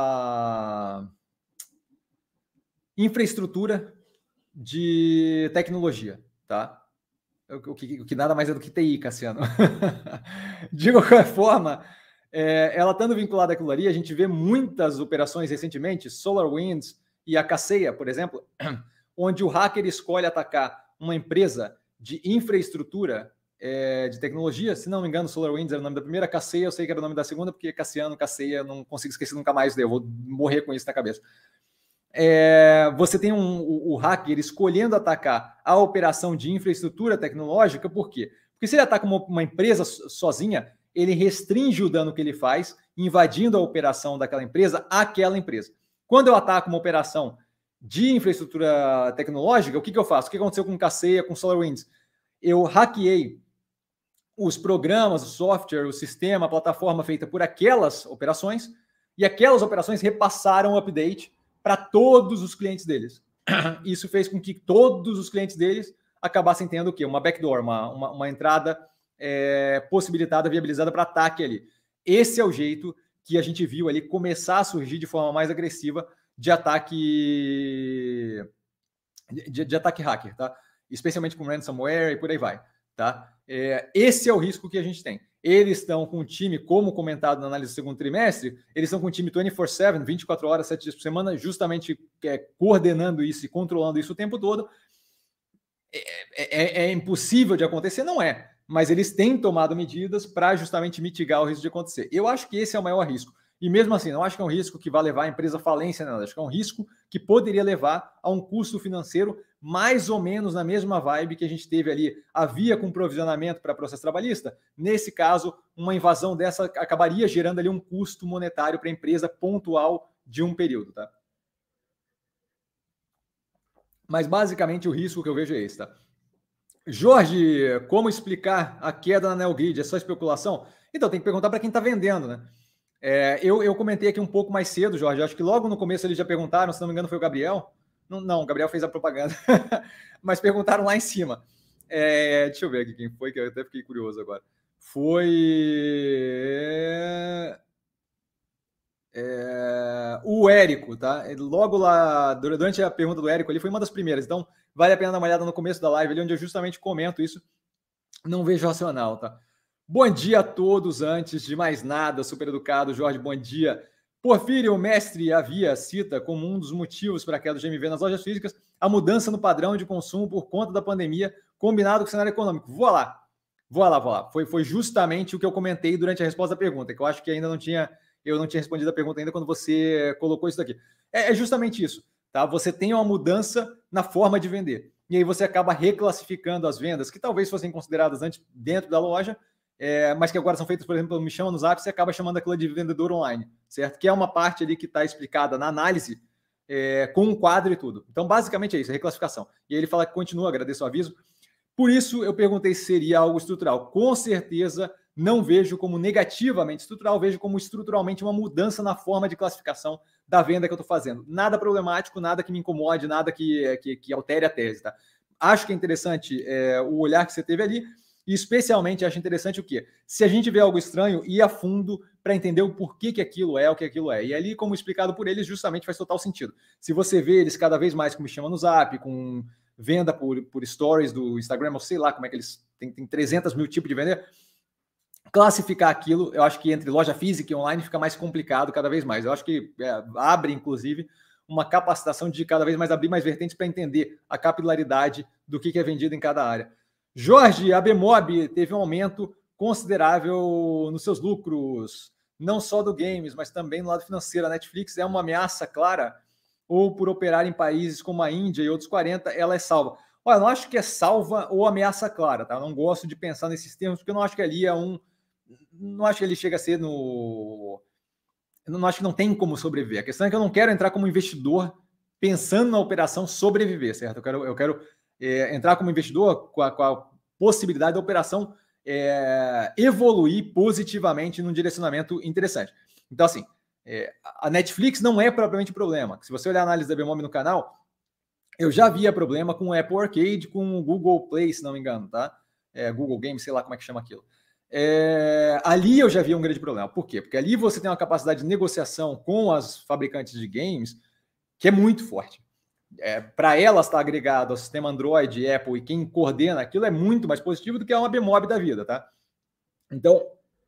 à infraestrutura de tecnologia, tá? O que, o que nada mais é do que T I, Cassiano. De qualquer forma, é, ela estando vinculada àquilo ali, a gente vê muitas operações recentemente, SolarWinds e a Kaseya, por exemplo, onde o hacker escolhe atacar uma empresa de infraestrutura É, de tecnologia, se não me engano, SolarWinds era o nome da primeira, Kaseya eu sei que era o nome da segunda, porque Cassiano, Kaseya, não consigo esquecer nunca mais, eu vou morrer com isso na cabeça. É, você tem um, o, o hacker escolhendo atacar a operação de infraestrutura tecnológica, por quê? Porque se ele ataca uma, uma empresa sozinha, ele restringe o dano que ele faz, invadindo a operação daquela empresa àquela empresa. Quando eu ataco uma operação de infraestrutura tecnológica, o que, que eu faço? O que aconteceu com Kaseya, com SolarWinds? Eu hackeei os programas, o software, o sistema, a plataforma feita por aquelas operações, e aquelas operações repassaram o update para todos os clientes deles. Isso fez com que todos os clientes deles acabassem tendo o quê? Uma backdoor, uma, uma, uma entrada é, possibilitada, viabilizada para ataque ali. Esse é o jeito que a gente viu ali começar a surgir de forma mais agressiva de ataque de, de ataque hacker, tá? Especialmente com ransomware e por aí vai, tá? É, esse é o risco que a gente tem. Eles estão com um time, como comentado na análise do segundo trimestre, eles estão com um time vinte e quatro sete, vinte e quatro horas, sete dias por semana, justamente é, coordenando isso e controlando isso o tempo todo. É, é, é impossível de acontecer? Não é. Mas eles têm tomado medidas para justamente mitigar o risco de acontecer. Eu acho que esse é o maior risco. E mesmo assim, não acho que é um risco que vai levar a empresa à falência, não. Acho que é um risco que poderia levar a um custo financeiro mais ou menos na mesma vibe que a gente teve ali, havia com provisionamento para processo trabalhista. Nesse caso, uma invasão dessa acabaria gerando ali um custo monetário para a empresa pontual de um período, tá? Mas basicamente o risco que eu vejo é esse, tá? Jorge, como explicar a queda na Neogrid? É só especulação? Então, tem que perguntar para quem está vendendo, né? É, eu, eu comentei aqui um pouco mais cedo, Jorge, acho que logo no começo eles já perguntaram, se não me engano foi o Gabriel. Não, não o Gabriel fez a propaganda, mas perguntaram lá em cima. É, deixa eu ver aqui quem foi, que eu até fiquei curioso agora. Foi... É, o Érico, tá? Logo lá, durante a pergunta do Érico ali, foi uma das primeiras, então vale a pena dar uma olhada no começo da live ali, onde eu justamente comento isso. Não vejo racional, tá? Bom dia a todos. Antes de mais nada, super educado, Jorge, bom dia. Porfírio, o mestre havia cita como um dos motivos para a queda do G M V nas lojas físicas a mudança no padrão de consumo por conta da pandemia, combinado com o cenário econômico. Vou lá, vou lá, vou lá. Foi, foi justamente o que eu comentei durante a resposta à pergunta, que eu acho que ainda não tinha, eu não tinha respondido a pergunta ainda quando você colocou isso daqui. É, é justamente isso, tá? Você tem uma mudança na forma de vender, e aí você acaba reclassificando as vendas, que talvez fossem consideradas antes dentro da loja, É, mas que agora são feitas, por exemplo, me chama no Zap, você acaba chamando aquilo de vendedor online, certo? Que é uma parte ali que está explicada na análise, é, com um quadro e tudo. Então, basicamente é isso, é reclassificação. E aí ele fala que continua, agradeço o aviso. Por isso, eu perguntei se seria algo estrutural. Com certeza, não vejo como negativamente estrutural, vejo como estruturalmente uma mudança na forma de classificação da venda que eu estou fazendo. Nada problemático, nada que me incomode, nada que, que, que altere a tese, tá? Acho que é interessante é, o olhar que você teve ali. E especialmente acho interessante o quê? Se a gente vê algo estranho, ir a fundo para entender o porquê que aquilo é o que aquilo é. E ali, como explicado por eles, justamente faz total sentido. Se você vê eles cada vez mais, como me chama no Zap, com venda por, por stories do Instagram, ou sei lá como é que eles têm, tem trezentos mil tipos de vender, classificar aquilo, eu acho que entre loja física e online fica mais complicado cada vez mais. Eu acho que é, abre, inclusive, uma capacitação de cada vez mais abrir mais vertentes para entender a capilaridade do que, que é vendido em cada área. Jorge, a Bemob teve um aumento considerável nos seus lucros, não só do games, mas também no lado financeiro. A Netflix é uma ameaça clara, ou por operar em países como a Índia e outros quarenta, ela é salva. Olha, eu não acho que é salva ou ameaça clara, tá? Eu não gosto de pensar nesses termos, porque eu não acho que ali é um... Não acho que ele chega a ser no... Eu não acho que não tem como sobreviver. A questão é que eu não quero entrar como investidor pensando na operação sobreviver, certo? Eu quero... Eu quero É, entrar como investidor com a, com a possibilidade da operação é, evoluir positivamente num direcionamento interessante. Então, assim, é, a Netflix não é propriamente problema. Se você olhar a análise da Bemob no canal, eu já via problema com o Apple Arcade, com o Google Play, se não me engano, tá? É, Google Games, sei lá como é que chama aquilo. É, ali eu já via um grande problema. Por quê? Porque ali você tem uma capacidade de negociação com as fabricantes de games que é muito forte. É, para elas estar agregado ao sistema Android, Apple e quem coordena aquilo é muito mais positivo do que uma Bemob da vida, tá? Então,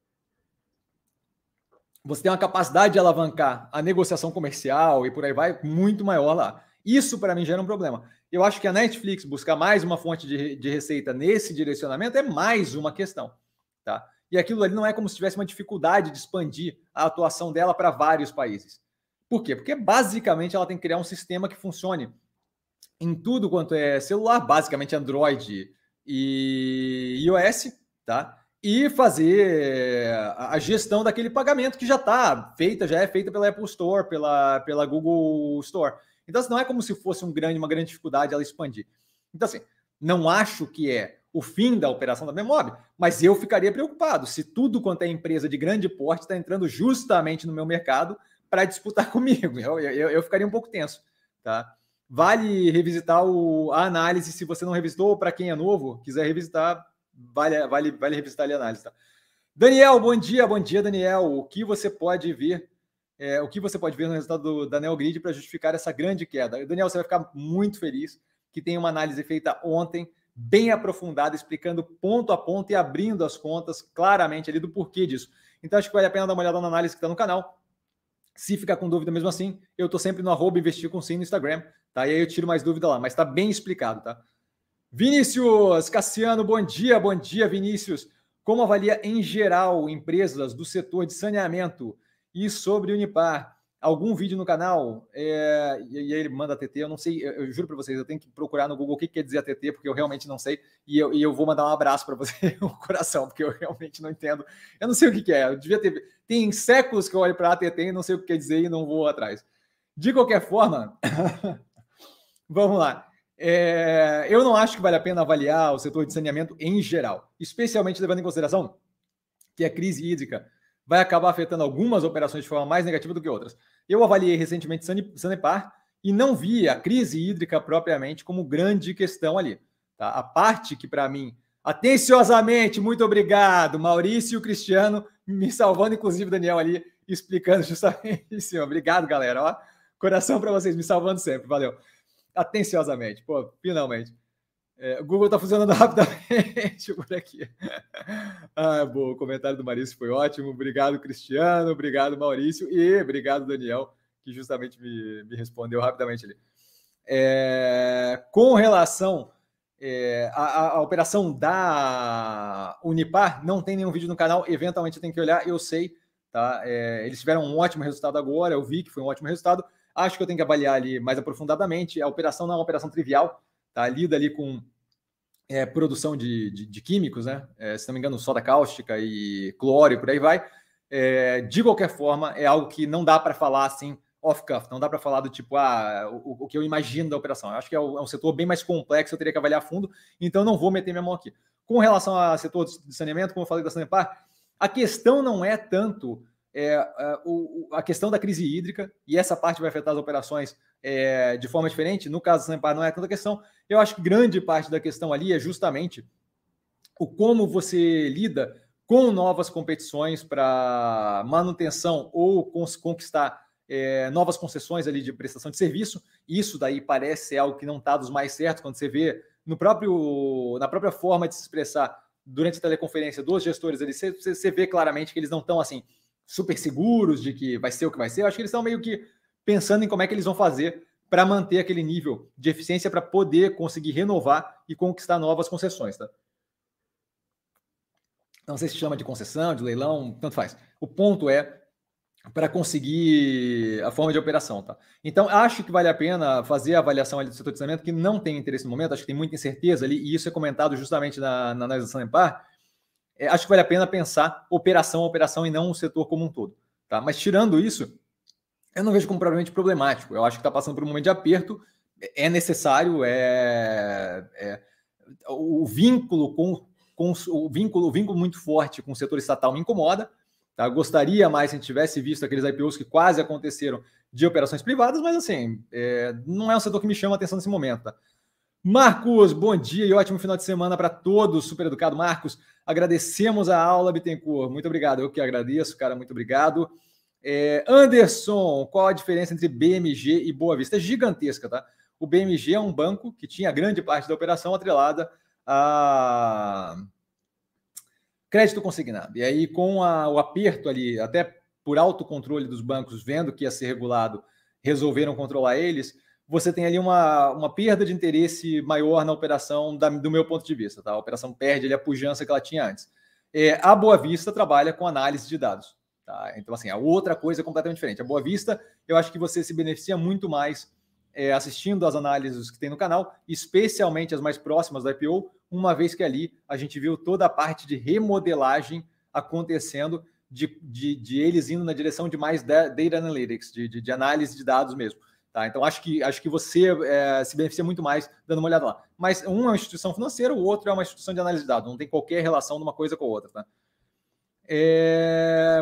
você tem uma capacidade de alavancar a negociação comercial e por aí vai muito maior lá. Isso, para mim, gera um problema. Eu acho que a Netflix buscar mais uma fonte de, de receita nesse direcionamento é mais uma questão, tá? E aquilo ali não é como se tivesse uma dificuldade de expandir a atuação dela para vários países. Por quê? Porque basicamente ela tem que criar um sistema que funcione em tudo quanto é celular, basicamente Android e iOS, tá? E fazer a gestão daquele pagamento que já está feita, já é feita pela Apple Store, pela, pela Google Store. Então, assim, não é como se fosse um grande, uma grande dificuldade ela expandir. Então, assim, não acho que é o fim da operação da Bemob, mas eu ficaria preocupado se tudo quanto é empresa de grande porte está entrando justamente no meu mercado para disputar comigo. Eu, eu, eu ficaria um pouco tenso, tá? Vale revisitar o, a análise, se você não revisitou, para quem é novo, quiser revisitar, vale, vale, vale revisitar ali a análise. Tá? Daniel, bom dia, bom dia, Daniel. O que você pode ver, é, o que você pode ver no resultado do, da Neogrid para justificar essa grande queda? Daniel, você vai ficar muito feliz que tem uma análise feita ontem, bem aprofundada, explicando ponto a ponto e abrindo as contas claramente ali do porquê disso. Então, acho que vale a pena dar uma olhada na análise que está no canal. Se ficar com dúvida mesmo assim, eu estou sempre no arroba investir com sim no Instagram, tá? E aí eu tiro mais dúvida lá, mas está bem explicado, tá? Vinícius Cassiano, bom dia, bom dia, Vinícius. Como avalia em geral empresas do setor de saneamento e sobre Unipar? Algum vídeo no canal? É, e aí ele manda T T, eu não sei, eu, eu juro para vocês, eu tenho que procurar no Google o que quer dizer a T T, porque eu realmente não sei, e eu, e eu vou mandar um abraço para você no coração, porque eu realmente não entendo. Eu não sei o que, que é, eu devia ter... Tem séculos que eu olho para a T T e não sei o que quer dizer e não vou atrás. De qualquer forma, vamos lá. É, eu não acho que vale a pena avaliar o setor de saneamento em geral, especialmente levando em consideração que a crise hídrica vai acabar afetando algumas operações de forma mais negativa do que outras. Eu avaliei recentemente Sanepar e não vi a crise hídrica propriamente como grande questão ali. Tá? A parte que, para mim, atenciosamente, muito obrigado, Maurício e o Cristiano, me salvando, inclusive, Daniel ali, explicando justamente isso. Obrigado, galera. Ó, coração para vocês, me salvando sempre. Valeu. Atenciosamente. Pô, finalmente. É, o Google está funcionando rapidamente por aqui. Ah, bom, o comentário do Maurício foi ótimo. Obrigado, Cristiano. Obrigado, Maurício. E obrigado, Daniel, que justamente me, me respondeu rapidamente ali. É, com relação é, à, à operação da Unipar, não tem nenhum vídeo no canal. Eventualmente tem que olhar, eu sei. Tá? É, eles tiveram um ótimo resultado agora. Eu vi que foi um ótimo resultado. Acho que eu tenho que avaliar ali mais aprofundadamente. A operação não é uma operação trivial. Tá? Lida ali com é, produção de, de, de químicos, né? É, se não me engano, soda cáustica e cloro e por aí vai. É, de qualquer forma, é algo que não dá para falar assim off-cuff, não dá para falar do tipo, ah, o, o que eu imagino da operação. Eu acho que é, o, é um setor bem mais complexo, eu teria que avaliar a fundo, então não vou meter minha mão aqui. Com relação ao setor de saneamento, como eu falei da Sanepar, a questão não é tanto é, a, o, a questão da crise hídrica, e essa parte vai afetar as operações é, de forma diferente. No caso da Sanepar não é tanta questão. Eu acho que grande parte da questão ali é justamente o como você lida com novas competições para manutenção ou conquistar é, novas concessões ali de prestação de serviço. Isso daí parece ser algo que não está dos mais certos, quando você vê no próprio, na própria forma de se expressar durante a teleconferência dos gestores ali, você, você vê claramente que eles não estão assim super seguros de que vai ser o que vai ser. Eu acho que eles estão meio que pensando em como é que eles vão fazer para manter aquele nível de eficiência para poder conseguir renovar e conquistar novas concessões, tá? Não sei se chama de concessão, de leilão, tanto faz. O ponto é para conseguir a forma de operação, tá? Então, acho que vale a pena fazer a avaliação ali do setor de saneamento, que não tem interesse no momento, acho que tem muita incerteza ali, e isso é comentado justamente na, na análise da Sanepar. É, acho que vale a pena pensar operação a operação e não o setor como um todo, tá? Mas tirando isso, eu não vejo como provavelmente problemático. Eu acho que está passando por um momento de aperto, é necessário, é, é o vínculo com, com o vínculo, o vínculo muito forte com o setor estatal me incomoda. Tá? Gostaria mais se a gente tivesse visto aqueles I P Os que quase aconteceram de operações privadas, mas assim, é, não é um setor que me chama a atenção nesse momento. Tá? Marcos, bom dia e ótimo final de semana para todos. Super educado, Marcos. Agradecemos a aula, Bittencourt. Muito obrigado. Eu que agradeço, cara. Muito obrigado. É, Anderson, qual a diferença entre B M G e Boa Vista? É gigantesca, tá? O B M G é um banco que tinha grande parte da operação atrelada a crédito consignado. E aí, com a, o aperto ali, até por autocontrole dos bancos, vendo que ia ser regulado, resolveram controlar eles, você tem ali uma, uma perda de interesse maior na operação, da, do meu ponto de vista. Tá? A operação perde ali a pujança que ela tinha antes. É, a Boa Vista trabalha com análise de dados. Tá? Então, assim, a outra coisa é completamente diferente. A Boa Vista, eu acho que você se beneficia muito mais é, assistindo as análises que tem no canal, especialmente as mais próximas da I P O, uma vez que ali a gente viu toda a parte de remodelagem acontecendo, de, de, de eles indo na direção de mais data analytics, de, de, de análise de dados mesmo. Tá? Então, acho que, acho que você é, se beneficia muito mais dando uma olhada lá. Mas um é uma instituição financeira, o outro é uma instituição de análise de dados. Não tem qualquer relação de uma coisa com a outra. Tá? É...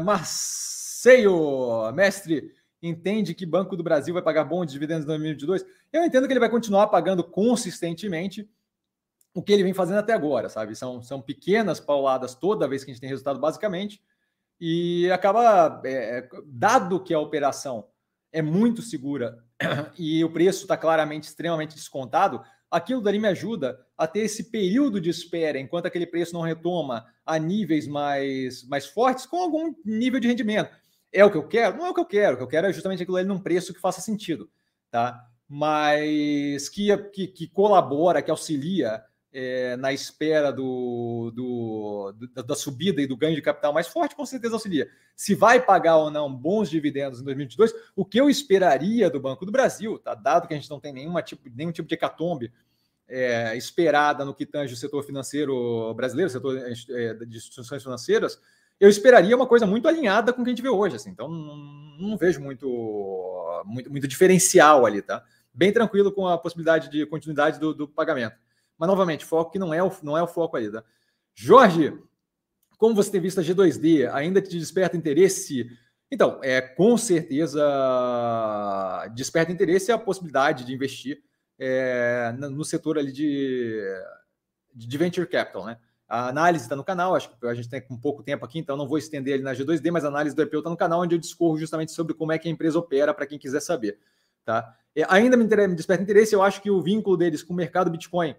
Marceio, mestre, entende que Banco do Brasil vai pagar bons dividendos em dois mil e vinte e dois? Eu entendo que ele vai continuar pagando consistentemente o que ele vem fazendo até agora, sabe? São, são pequenas pauladas toda vez que a gente tem resultado, basicamente, e acaba, é, dado que a operação é muito segura e o preço está claramente extremamente descontado, aquilo dali me ajuda a ter esse período de espera enquanto aquele preço não retoma a níveis mais, mais fortes com algum nível de rendimento. É o que eu quero? Não é o que eu quero. O que eu quero é justamente aquilo ali num preço que faça sentido, tá? Mas que, que, que colabora, que auxilia é, na espera do, do, do, da subida e do ganho de capital mais forte, com certeza auxilia. Se vai pagar ou não bons dividendos em dois mil e vinte e dois, o que eu esperaria do Banco do Brasil, tá? Dado que a gente não tem nenhuma tipo, nenhum tipo de hecatombe é, esperada no que tange o setor financeiro brasileiro, setor é, de instituições financeiras, eu esperaria uma coisa muito alinhada com o que a gente vê hoje. Assim. Então, não, não vejo muito, muito, muito diferencial ali, tá? Bem tranquilo com a possibilidade de continuidade do, do pagamento. Mas, novamente, foco que não é o, não é o foco ali, tá? Jorge, como você tem visto a G dois D, ainda te desperta interesse? Então, é, com certeza desperta interesse a possibilidade de investir é, no setor ali de, de venture capital, né? A análise está no canal, acho que a gente tem um pouco tempo aqui, então não vou estender ali na G dois D, mas a análise do I P O está no canal, onde eu discorro justamente sobre como é que a empresa opera, para quem quiser saber. Tá? É, ainda me, me desperta interesse, eu acho que o vínculo deles com o mercado Bitcoin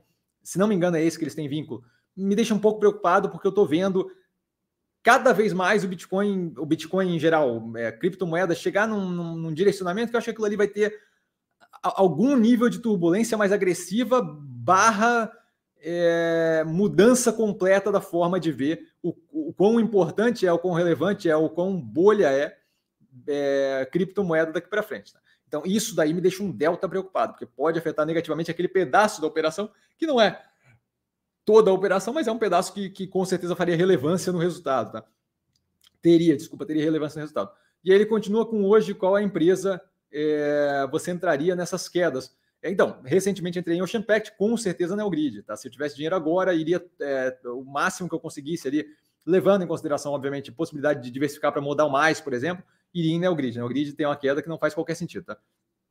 se não me engano é esse que eles têm vínculo, me deixa um pouco preocupado, porque eu estou vendo cada vez mais o Bitcoin, o Bitcoin em geral, é, criptomoeda, chegar num, num, num direcionamento que eu acho que aquilo ali vai ter algum nível de turbulência mais agressiva barra é, mudança completa da forma de ver o, o quão importante é, o quão relevante é, o quão bolha é, é criptomoeda daqui para frente. Tá? Então isso daí me deixa um delta preocupado, porque pode afetar negativamente aquele pedaço da operação, que não é toda a operação, mas é um pedaço que, que com certeza faria relevância no resultado. Tá? Teria, desculpa, teria relevância no resultado. E aí ele continua com hoje qual a empresa é, você entraria nessas quedas. Então, recentemente entrei em Ocean Pact, com certeza Neogrid. Tá? Se eu tivesse dinheiro agora, iria é, o máximo que eu conseguisse ali, levando em consideração, obviamente, a possibilidade de diversificar para modal mais, por exemplo, iria em Neogrid. Neogrid tem uma queda que não faz qualquer sentido. Tá?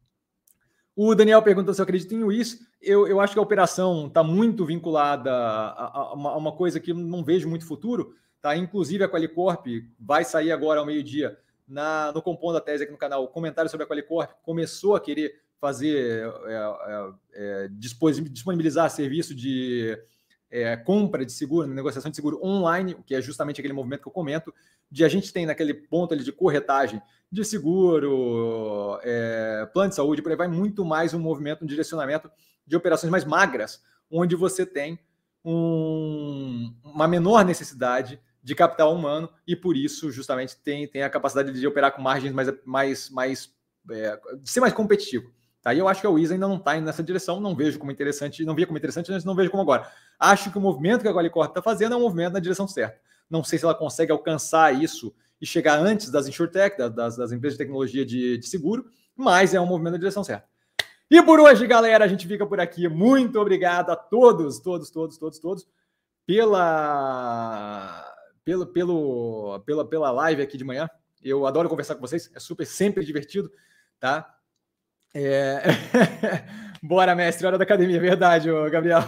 O Daniel pergunta se eu acredito em U I S. Eu, eu acho que a operação está muito vinculada a, a, uma, a uma coisa que eu não vejo muito futuro. Tá? Inclusive, a Qualicorp vai sair agora ao meio-dia na, no Compondo a Tese aqui no canal. O comentário sobre a Qualicorp começou a querer fazer, é, é, é, disponibilizar serviço de é, compra de seguro, negociação de seguro online, que é justamente aquele movimento que eu comento, de a gente tem naquele ponto ali de corretagem de seguro, é, plano de saúde, por aí vai muito mais um movimento, um direcionamento de operações mais magras, onde você tem um, uma menor necessidade de capital humano e por isso justamente tem, tem a capacidade de operar com margens mais, mais, mais é, de ser mais competitivo. Tá? E eu acho que a U I S ainda não está indo nessa direção, não vejo como interessante, não via como interessante, mas não vejo como agora. Acho que o movimento que a Qualicorp está fazendo é um movimento na direção certa. Não sei se ela consegue alcançar isso e chegar antes das insurtech, das, das empresas de tecnologia de, de seguro, mas é um movimento na direção certa. E por hoje, galera, a gente fica por aqui. Muito obrigado a todos, todos, todos, todos, todos, pela, pelo, pelo, pela, pela live aqui de manhã. Eu adoro conversar com vocês, é super, sempre divertido, tá? É... Bora, mestre, hora da academia, verdade, ô, Gabriel.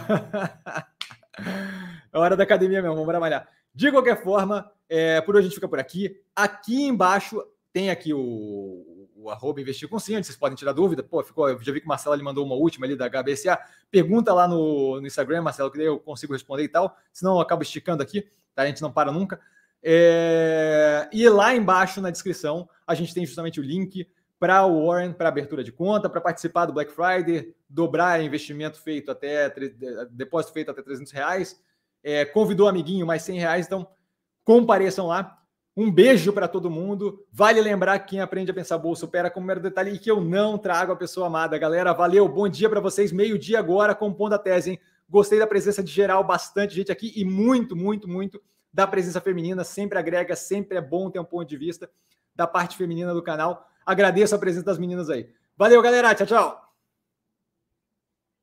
É hora da academia mesmo, vamos malhar. De qualquer forma, é, por hoje a gente fica por aqui. Aqui embaixo tem aqui o, o arroba Investir Consciente, vocês podem tirar dúvida. Pô, ficou, eu já vi que o Marcelo ele mandou uma última ali da H B S A. Pergunta lá no, no Instagram, Marcelo, que daí eu consigo responder e tal. Senão eu acabo esticando aqui, tá? A gente não para nunca. É, e lá embaixo na descrição a gente tem justamente o link para o Warren, para abertura de conta, para participar do Black Friday, dobrar investimento feito até, depósito feito até trezentos reais. É, convidou o amiguinho, mais cem reais, então compareçam lá. Um beijo para todo mundo. Vale lembrar que quem aprende a pensar bolsa opera como mero detalhe e que eu não trago a pessoa amada. Galera, valeu, bom dia para vocês. Meio-dia agora, compondo a tese, hein? Gostei da presença de geral, bastante gente aqui e muito, muito, muito da presença feminina. Sempre agrega, sempre é bom ter um ponto de vista da parte feminina do canal. Agradeço a presença das meninas aí. Valeu, galera. Tchau, tchau.